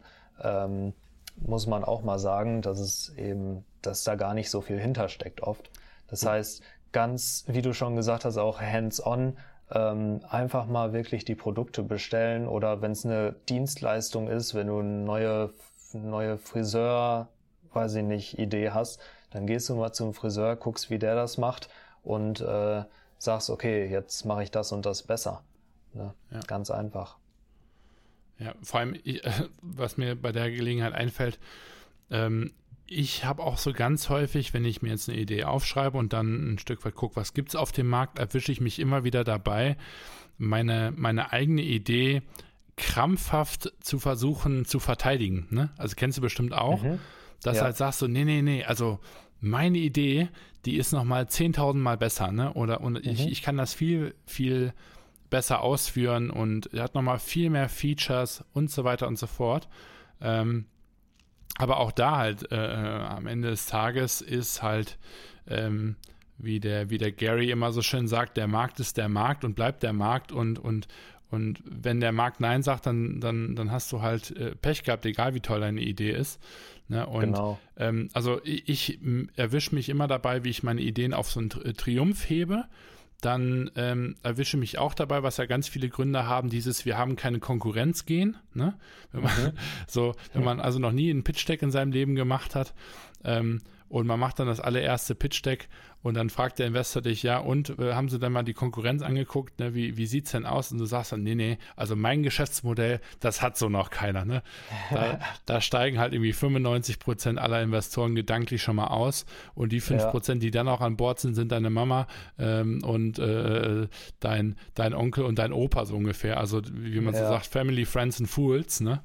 Muss man auch mal sagen, dass da gar nicht so viel hintersteckt oft. Das heißt, ganz, wie du schon gesagt hast, auch hands-on, einfach mal wirklich die Produkte bestellen oder wenn es eine Dienstleistung ist, wenn du eine neue Friseur, weiß ich nicht, Idee hast, dann gehst du mal zum Friseur, guckst, wie der das macht und sagst, okay, jetzt mache ich das und das besser. Ne? Ja. Ganz einfach. Ja, vor allem, was mir bei der Gelegenheit einfällt, ich habe auch so ganz häufig, wenn ich mir jetzt eine Idee aufschreibe und dann ein Stück weit gucke, was gibt es auf dem Markt, erwische ich mich immer wieder dabei, meine eigene Idee krampfhaft zu versuchen zu verteidigen. Ne? Also kennst du bestimmt auch, dass halt sagst du, nee, also meine Idee, die ist nochmal 10.000 Mal besser, ne? Ich kann das viel, viel besser ausführen und er hat nochmal viel mehr Features und so weiter und so fort. Aber auch da halt am Ende des Tages ist halt, wie der Gary immer so schön sagt, der Markt ist der Markt und bleibt der Markt und wenn der Markt Nein sagt, dann hast du halt Pech gehabt, egal wie toll deine Idee ist. Ne? Und genau. Also ich erwische mich immer dabei, wie ich meine Ideen auf so einen Triumph hebe. Dann erwische mich auch dabei, was ja ganz viele Gründer haben, wir haben keine Konkurrenz gehen. Ne? Wenn man also noch nie einen Pitch-Deck in seinem Leben gemacht hat und man macht dann das allererste Pitch-Deck und dann fragt der Investor dich, ja und, haben sie dann mal die Konkurrenz angeguckt, ne? Wie sieht es denn aus? Und du sagst dann, nee, also mein Geschäftsmodell, das hat so noch keiner. Ne? Da steigen halt irgendwie 95% aller Investoren gedanklich schon mal aus und die 5%, die dann auch an Bord sind deine Mama und dein Onkel und dein Opa so ungefähr. Also wie man so sagt, Family, Friends and Fools. Ne?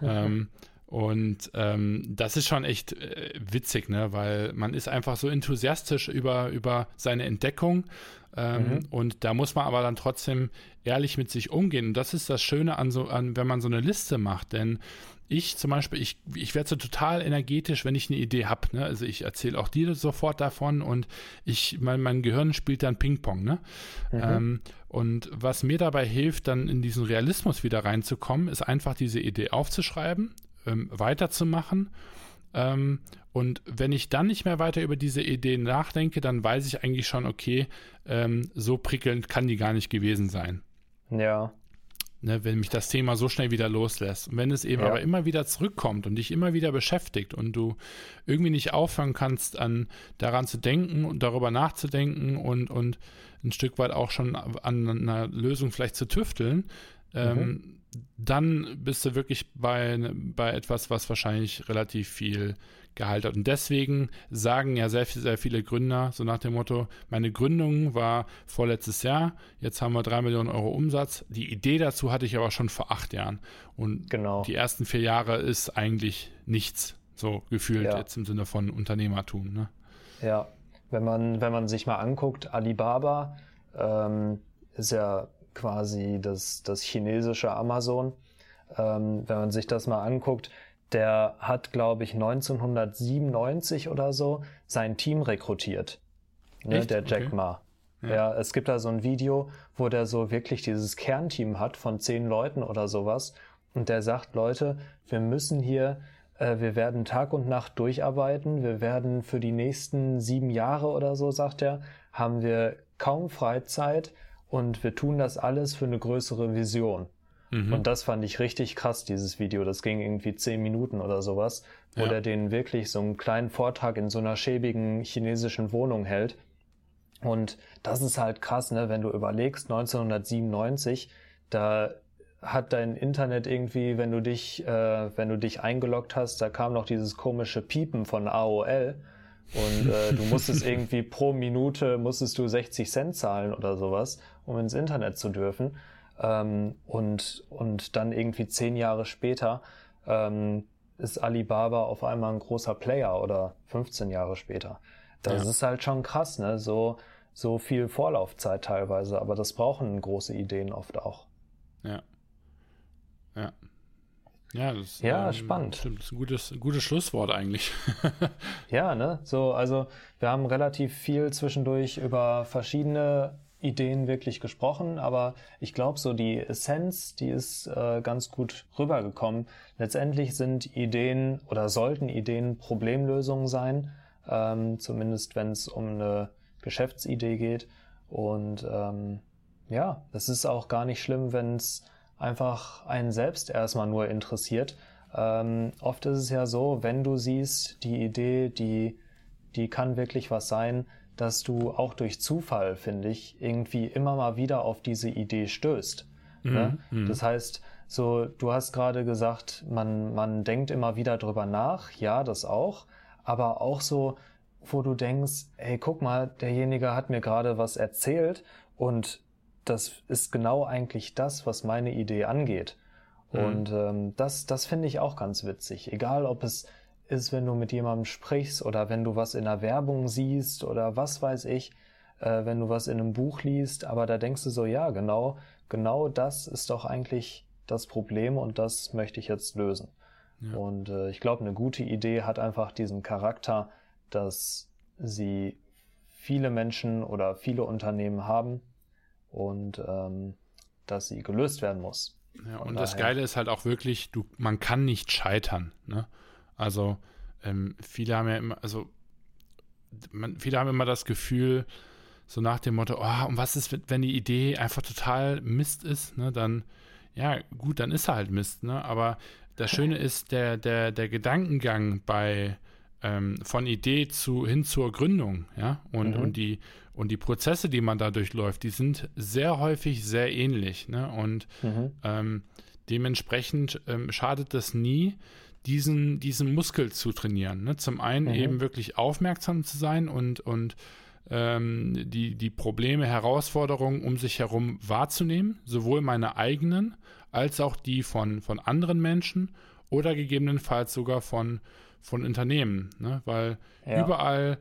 Und das ist schon echt witzig, ne? Weil man ist einfach so enthusiastisch über seine Entdeckung und da muss man aber dann trotzdem ehrlich mit sich umgehen. Und das ist das Schöne wenn man so eine Liste macht, denn ich zum Beispiel, ich werde so total energetisch, wenn ich eine Idee habe. Ne? Also ich erzähle auch dir sofort davon und mein Gehirn spielt dann Ping-Pong. Ne? Und was mir dabei hilft, dann in diesen Realismus wieder reinzukommen, ist einfach diese Idee aufzuschreiben, weiterzumachen. Und wenn ich dann nicht mehr weiter über diese Idee nachdenke, dann weiß ich eigentlich schon, okay, so prickelnd kann die gar nicht gewesen sein. Ja. Ne, wenn mich das Thema so schnell wieder loslässt. Und wenn es eben aber immer wieder zurückkommt und dich immer wieder beschäftigt und du irgendwie nicht aufhören kannst, daran zu denken und darüber nachzudenken und ein Stück weit auch schon an einer Lösung vielleicht zu tüfteln, dann bist du wirklich bei etwas, was wahrscheinlich relativ viel Gehalt hat. Und deswegen sagen ja sehr, sehr viele Gründer so nach dem Motto, meine Gründung war vorletztes Jahr, jetzt haben wir 3 Millionen Euro Umsatz. Die Idee dazu hatte ich aber schon vor 8 Jahren. Und die ersten 4 Jahre ist eigentlich nichts, so gefühlt jetzt im Sinne von Unternehmertum. Ne? Ja, wenn man sich mal anguckt, Alibaba ist ja quasi das chinesische Amazon. Wenn man sich das mal anguckt, der hat, glaube ich, 1997 oder so sein Team rekrutiert. Ne, der Jack Ma. Ja, es gibt da so ein Video, wo der so wirklich dieses Kernteam hat von 10 Leuten oder sowas. Und der sagt, Leute, wir müssen hier, wir werden Tag und Nacht durcharbeiten. Wir werden für die nächsten 7 Jahre oder so, sagt er, haben wir kaum Freizeit und wir tun das alles für eine größere Vision. Und das fand ich richtig krass, dieses Video. Das ging irgendwie 10 Minuten oder sowas, wo der den wirklich so einen kleinen Vortrag in so einer schäbigen chinesischen Wohnung hält. Und das ist halt krass, ne? Wenn du überlegst, 1997, da hat dein Internet irgendwie, wenn du dich eingeloggt hast, da kam noch dieses komische Piepen von AOL und du musstest irgendwie pro Minute musstest du 60 Cent zahlen oder sowas, um ins Internet zu dürfen. Und dann irgendwie 10 Jahre später ist Alibaba auf einmal ein großer Player oder 15 Jahre später. Das ist halt schon krass, ne? So viel Vorlaufzeit teilweise, aber das brauchen große Ideen oft auch. Ja. Ja. Ja, das spannend. Stimmt, das ist ein gutes Schlusswort eigentlich. Ja, ne? Also wir haben relativ viel zwischendurch über verschiedene Ideen wirklich gesprochen, aber ich glaube, so die Essenz, die ist ganz gut rübergekommen. Letztendlich sind Ideen oder sollten Ideen Problemlösungen sein, zumindest wenn es um eine Geschäftsidee geht. Und es ist auch gar nicht schlimm, wenn es einfach einen selbst erstmal nur interessiert. Oft ist es ja so, wenn du siehst, die Idee, die kann wirklich was sein, dass du auch durch Zufall, finde ich, irgendwie immer mal wieder auf diese Idee stößt. Ne? Das heißt, so, du hast gerade gesagt, man denkt immer wieder drüber nach, ja, das auch, aber auch so, wo du denkst, hey, guck mal, derjenige hat mir gerade was erzählt und das ist genau eigentlich das, was meine Idee angeht. Und das finde ich auch ganz witzig. Egal, ob es ist, wenn du mit jemandem sprichst oder wenn du was in der Werbung siehst oder was weiß ich, wenn du was in einem Buch liest, aber da denkst du so, ja, genau das ist doch eigentlich das Problem und das möchte ich jetzt lösen. Ja. Und ich glaube, eine gute Idee hat einfach diesen Charakter, dass sie viele Menschen oder viele Unternehmen haben und dass sie gelöst werden muss. Ja, und das Geile ist halt auch wirklich, man kann nicht scheitern, ne? Also viele haben ja immer, viele haben immer das Gefühl, so nach dem Motto, und was ist, wenn die Idee einfach total Mist ist, ne? Dann, ja gut, dann ist er halt Mist, ne? Aber das Schöne ist, der Gedankengang von Idee hin zur Gründung, ja, und die Prozesse, die man da durchläuft, die sind sehr häufig sehr ähnlich, ne? Und dementsprechend schadet das nie, diesen Muskel zu trainieren. Ne? Zum einen eben wirklich aufmerksam zu sein und die Probleme, Herausforderungen um sich herum wahrzunehmen, sowohl meine eigenen als auch die von anderen Menschen oder gegebenenfalls sogar von Unternehmen. Ne? Weil überall,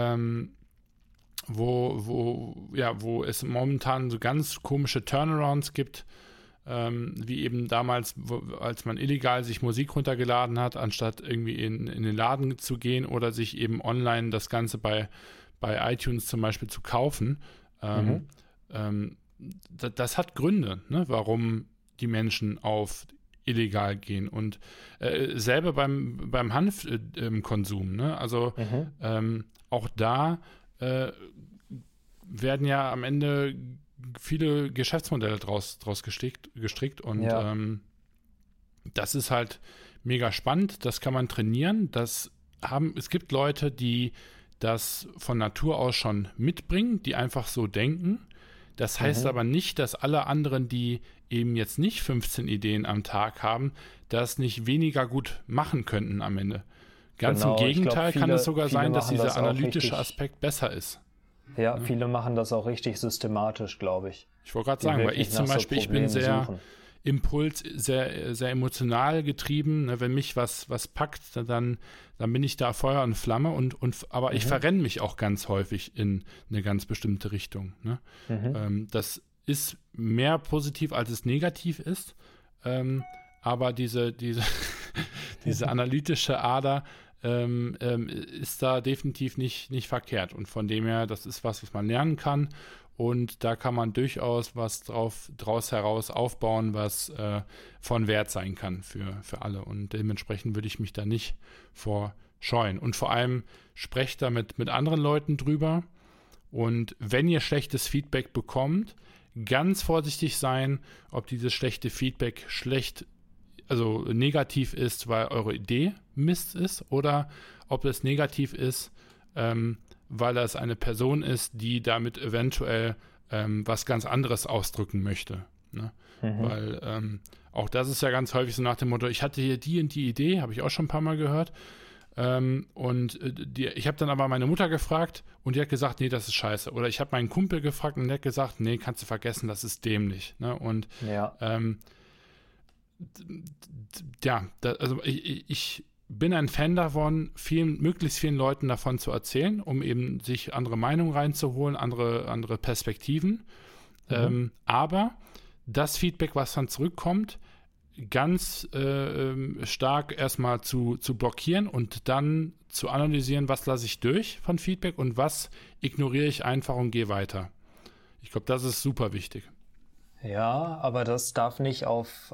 wo es momentan so ganz komische Turnarounds gibt, wie eben damals, als man illegal sich Musik runtergeladen hat, anstatt irgendwie in den Laden zu gehen oder sich eben online das Ganze bei iTunes zum Beispiel zu kaufen. Das hat Gründe, ne, warum die Menschen auf illegal gehen. Und selber beim Hanfkonsum, ne? Also auch da werden ja am Ende viele Geschäftsmodelle draus gestrickt und das ist halt mega spannend, das kann man trainieren, es gibt Leute, die das von Natur aus schon mitbringen, die einfach so denken. Das heißt aber nicht, dass alle anderen, die eben jetzt nicht 15 Ideen am Tag haben, das nicht weniger gut machen könnten am Ende. Ganz im Gegenteil, kann es sogar sein, dass dieser analytische Aspekt besser ist. Ja, viele machen das auch richtig systematisch, glaube ich. Ich wollte gerade sagen, weil ich zum Beispiel, ich bin sehr sehr, sehr emotional getrieben. Ne? Wenn mich was packt, dann bin ich da Feuer und Flamme aber ich verrenne mich auch ganz häufig in eine ganz bestimmte Richtung. Ne? Das ist mehr positiv, als es negativ ist. Aber diese analytische Ader ist da definitiv nicht verkehrt. Und von dem her, das ist was man lernen kann. und da kann man durchaus was draus heraus aufbauen, was von Wert sein kann für alle. Und dementsprechend würde ich mich da nicht vor scheuen. Und vor allem sprecht da mit anderen Leuten drüber. Und wenn ihr schlechtes Feedback bekommt, ganz vorsichtig sein, ob dieses schlechte Feedback also negativ ist, weil eure Idee Mist ist, oder ob es negativ ist, weil es eine Person ist, die damit eventuell was ganz anderes ausdrücken möchte. Ne? Weil auch das ist ja ganz häufig so nach dem Motto, ich hatte hier die und die Idee, habe ich auch schon ein paar Mal gehört, ich habe dann aber meine Mutter gefragt und die hat gesagt, nee, das ist scheiße. Oder ich habe meinen Kumpel gefragt und der hat gesagt, nee, kannst du vergessen, das ist dämlich. Ne? Und also ich bin ein Fan davon, möglichst vielen Leuten davon zu erzählen, um eben sich andere Meinungen reinzuholen, andere Perspektiven. Aber das Feedback, was dann zurückkommt, ganz stark erstmal zu blockieren und dann zu analysieren, was lasse ich durch von Feedback und was ignoriere ich einfach und gehe weiter. Ich glaube, das ist super wichtig. Ja, aber das darf nicht auf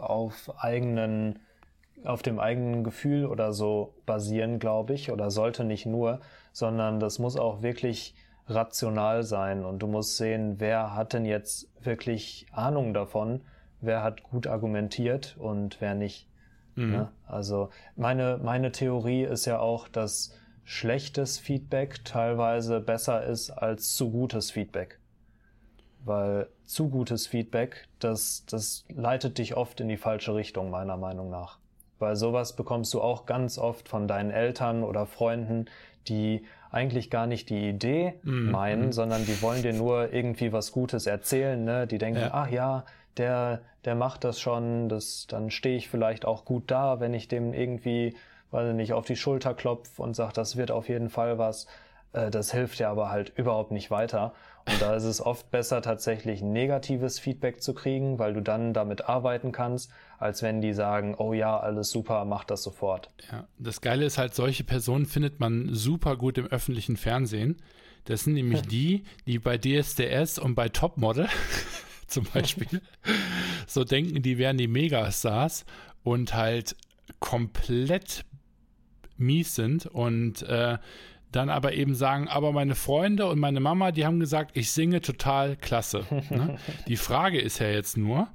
dem eigenen Gefühl oder so basieren, glaube ich, oder sollte nicht nur, sondern das muss auch wirklich rational sein und du musst sehen, wer hat denn jetzt wirklich Ahnung davon, wer hat gut argumentiert und wer nicht. Ne? Also meine Theorie ist ja auch, dass schlechtes Feedback teilweise besser ist als zu gutes Feedback. Weil zu gutes Feedback, das leitet dich oft in die falsche Richtung, meiner Meinung nach. Weil sowas bekommst du auch ganz oft von deinen Eltern oder Freunden, die eigentlich gar nicht die Idee meinen, sondern die wollen dir nur irgendwie was Gutes erzählen. Ne? Die denken, ach ja, der macht das schon, dann stehe ich vielleicht auch gut da, wenn ich dem irgendwie, weiß ich nicht, auf die Schulter klopfe und sage, das wird auf jeden Fall was. Das hilft ja aber halt überhaupt nicht weiter. Und da ist es oft besser, tatsächlich negatives Feedback zu kriegen, weil du dann damit arbeiten kannst, als wenn die sagen, oh ja, alles super, mach das sofort. Ja, das Geile ist halt, solche Personen findet man super gut im öffentlichen Fernsehen. Das sind nämlich die bei DSDS und bei Topmodel zum Beispiel so denken, die wären die Megastars und halt komplett mies sind und dann aber eben sagen, aber meine Freunde und meine Mama, die haben gesagt, ich singe total klasse. Ne? Die Frage ist ja jetzt nur,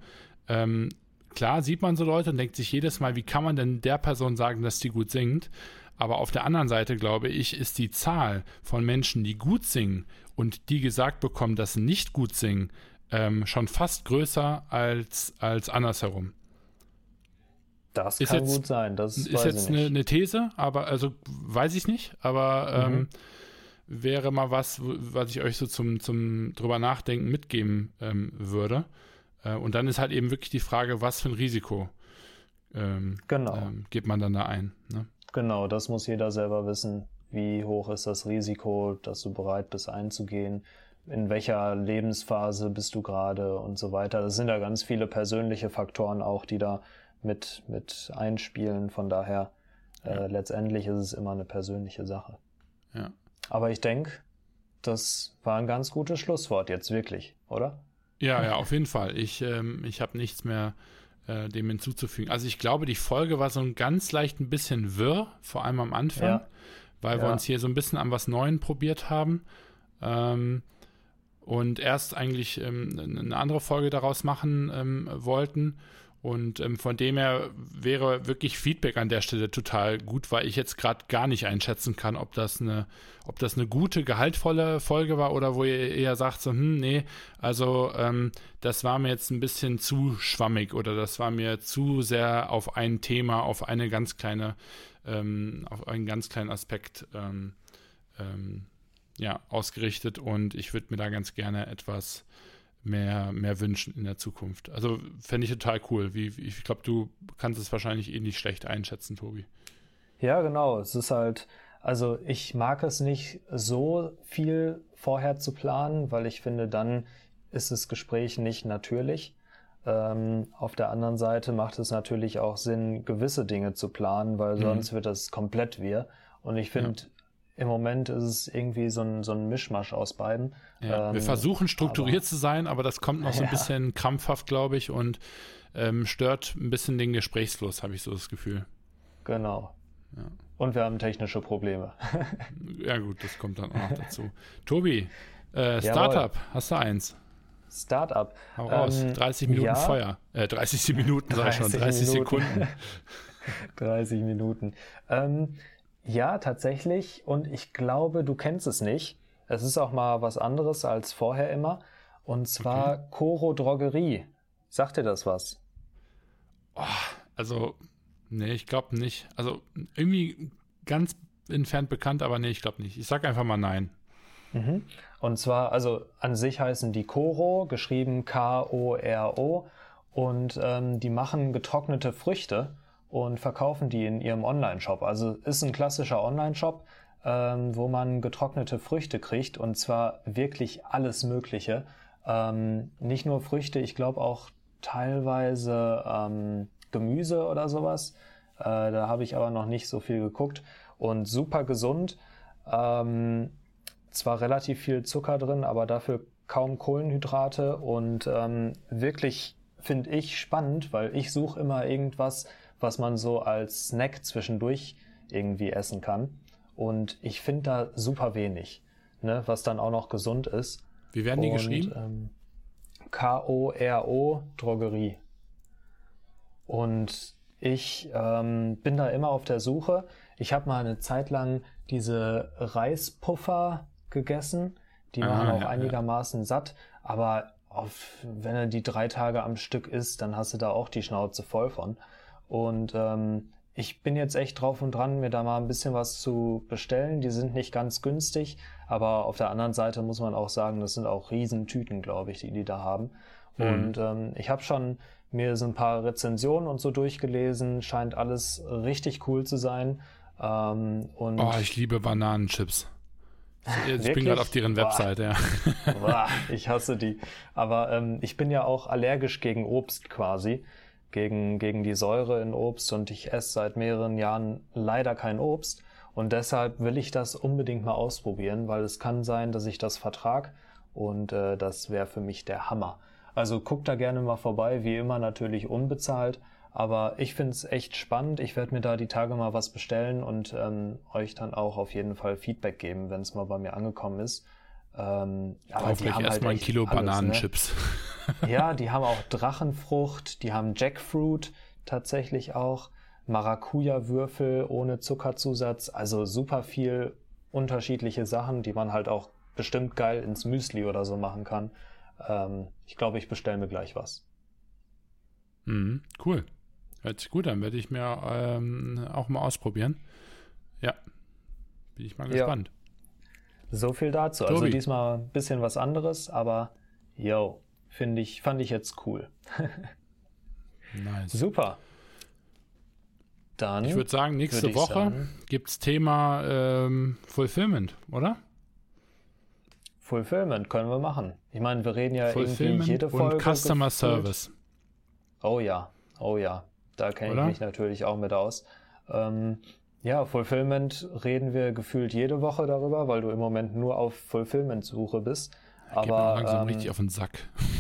klar sieht man so Leute und denkt sich jedes Mal, wie kann man denn der Person sagen, dass die gut singt? Aber auf der anderen Seite, glaube ich, ist die Zahl von Menschen, die gut singen und die gesagt bekommen, dass sie nicht gut singen, schon fast größer als andersherum. Das kann gut sein, das ist jetzt eine These, aber also weiß ich nicht, aber wäre mal was ich euch so zum drüber nachdenken mitgeben würde. Und dann ist halt eben wirklich die Frage, was für ein Risiko geht man dann da ein. Ne? Genau, das muss jeder selber wissen. Wie hoch ist das Risiko, dass du bereit bist einzugehen? In welcher Lebensphase bist du gerade und so weiter. Das sind ja ganz viele persönliche Faktoren auch, die da mit einspielen. Von daher, letztendlich ist es immer eine persönliche Sache. Ja. Aber ich denke, das war ein ganz gutes Schlusswort jetzt wirklich, oder? Ja, auf jeden Fall. Ich habe nichts mehr dem hinzuzufügen. Also ich glaube, die Folge war so ein ganz leicht ein bisschen wirr, vor allem am Anfang, weil wir uns hier so ein bisschen an was Neuem probiert haben. Und erst eigentlich eine andere Folge daraus machen wollten. Und von dem her wäre wirklich Feedback an der Stelle total gut, weil ich jetzt gerade gar nicht einschätzen kann, ob das eine gute, gehaltvolle Folge war oder wo ihr eher sagt, so, nee, also das war mir jetzt ein bisschen zu schwammig oder das war mir zu sehr auf ein Thema, auf einen ganz kleinen Aspekt ausgerichtet und ich würde mir da ganz gerne etwas mehr wünschen in der Zukunft. Also fände ich total cool. Ich glaube, du kannst es wahrscheinlich nicht schlecht einschätzen, Tobi. Ja, genau. Es ist halt, also ich mag es nicht so viel vorher zu planen, weil ich finde, dann ist das Gespräch nicht natürlich. Auf der anderen Seite macht es natürlich auch Sinn, gewisse Dinge zu planen, weil sonst wird das komplett wirr. Und ich finde, im Moment ist es irgendwie so ein Mischmasch aus beiden. Ja, wir versuchen strukturiert zu sein, aber das kommt noch so ein bisschen krampfhaft, glaube ich, und stört ein bisschen den Gesprächsfluss, habe ich so das Gefühl. Genau. Ja. Und wir haben technische Probleme. Ja gut, das kommt dann auch noch dazu. Tobi, Startup, hast du eins? Startup. Hau raus, 30 Minuten Feuer. 30 Minuten, sag ich schon, 30 Sekunden. 30 Minuten. Ja, tatsächlich. Und ich glaube, du kennst es nicht. Es ist auch mal was anderes als vorher immer. Und zwar Coro Drogerie. Sagt dir das was? Oh, also, nee, ich glaube nicht. Also irgendwie ganz entfernt bekannt, aber nee, ich glaube nicht. Ich sag einfach mal nein. Und zwar, also an sich heißen die Coro, geschrieben Koro. Und die machen getrocknete Früchte und verkaufen die in ihrem Online-Shop. Also ist ein klassischer Online-Shop, wo man getrocknete Früchte kriegt, und zwar wirklich alles Mögliche. Nicht nur Früchte, ich glaube auch teilweise Gemüse oder sowas. Da habe ich aber noch nicht so viel geguckt. Und super gesund. Zwar relativ viel Zucker drin, aber dafür kaum Kohlenhydrate. Und wirklich finde ich spannend, weil ich suche immer irgendwas, was man so als Snack zwischendurch irgendwie essen kann. Und ich finde da super wenig, ne, was dann auch noch gesund ist. Wie werden die geschrieben? Koro Drogerie. Und ich bin da immer auf der Suche. Ich habe mal eine Zeit lang diese Reispuffer gegessen. Die machen auch einigermaßen satt. Aber wenn du die 3 Tage am Stück isst, dann hast du da auch die Schnauze voll von. Und ich bin jetzt echt drauf und dran, mir da mal ein bisschen was zu bestellen. Die sind nicht ganz günstig, aber auf der anderen Seite muss man auch sagen, das sind auch Riesentüten, glaube ich, die da haben. Und ich habe schon mir so ein paar Rezensionen und so durchgelesen. Scheint alles richtig cool zu sein. Ich liebe Bananenchips. Ich bin gerade auf deren Webseite, ja. Boah, ich hasse die. Aber ich bin ja auch allergisch gegen Obst quasi. Gegen die Säure in Obst, und ich esse seit mehreren Jahren leider kein Obst, und deshalb will ich das unbedingt mal ausprobieren, weil es kann sein, dass ich das vertrag, und das wäre für mich der Hammer. Also guckt da gerne mal vorbei, wie immer natürlich unbezahlt, aber ich finde es echt spannend. Ich werde mir da die Tage mal was bestellen und euch dann auch auf jeden Fall Feedback geben, wenn es mal bei mir angekommen ist. Aber die haben erstmal halt 1 Kilo Bananenchips. Ne? Ja, die haben auch Drachenfrucht, die haben Jackfruit tatsächlich auch, Maracuja-Würfel ohne Zuckerzusatz, also super viel unterschiedliche Sachen, die man halt auch bestimmt geil ins Müsli oder so machen kann. Ich glaube, ich bestelle mir gleich was. Cool. Hört sich gut an, werde ich mir auch mal ausprobieren. Ja, bin ich mal gespannt. So viel dazu. Tobi. Also diesmal ein bisschen was anderes, aber fand ich jetzt cool. Nice. Super. Dann ich würde sagen, nächste Woche gibt es Thema Fulfillment, oder? Fulfillment können wir machen. Ich meine, wir reden ja irgendwie jede Folge. Und Customer Service. Oh ja. Da kenne ich mich natürlich auch mit aus. Fulfillment reden wir gefühlt jede Woche darüber, weil du im Moment nur auf Fulfillment-Suche bist. Geht mir langsam richtig auf den Sack.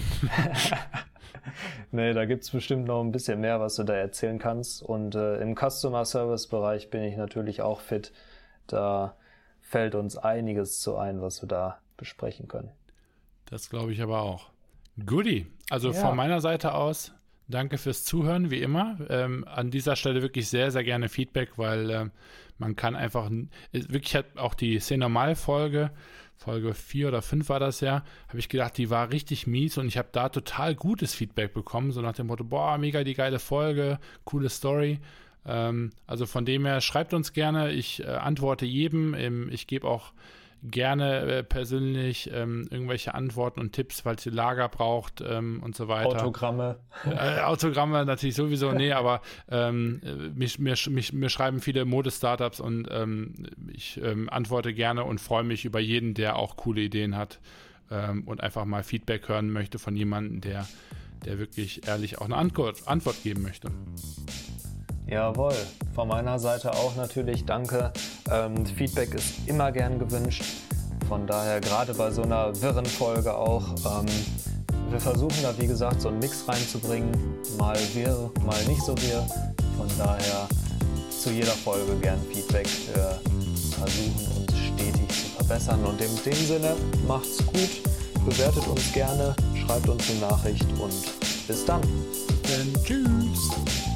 Nee, da gibt's bestimmt noch ein bisschen mehr, was du da erzählen kannst. Und im Customer Service Bereich bin ich natürlich auch fit. Da fällt uns einiges zu ein, was wir da besprechen können. Das glaube ich aber auch. Goodie. Also von meiner Seite aus, danke fürs Zuhören, wie immer. An dieser Stelle wirklich sehr, sehr gerne Feedback, weil man kann einfach, wirklich hat auch die C-Normal-Folge, Folge 4 oder 5 war das ja, habe ich gedacht, die war richtig mies, und ich habe da total gutes Feedback bekommen, so nach dem Motto, boah, mega die geile Folge, coole Story. Also von dem her, schreibt uns gerne, ich antworte jedem, ich gebe auch gerne persönlich irgendwelche Antworten und Tipps, falls ihr Lager braucht und so weiter. Autogramme natürlich sowieso, nee, aber mir schreiben viele Mode-Startups, und ich antworte gerne und freue mich über jeden, der auch coole Ideen hat und einfach mal Feedback hören möchte von jemandem, der wirklich ehrlich auch eine Antwort geben möchte. Jawohl, von meiner Seite auch natürlich danke. Feedback ist immer gern gewünscht. Von daher gerade bei so einer wirren Folge auch. Wir versuchen da wie gesagt so einen Mix reinzubringen. Mal wirr, mal nicht so wirr. Von daher zu jeder Folge gern Feedback. Wir versuchen uns stetig zu verbessern. Und in dem Sinne, macht's gut, bewertet uns gerne, schreibt uns eine Nachricht und bis dann. Tschüss.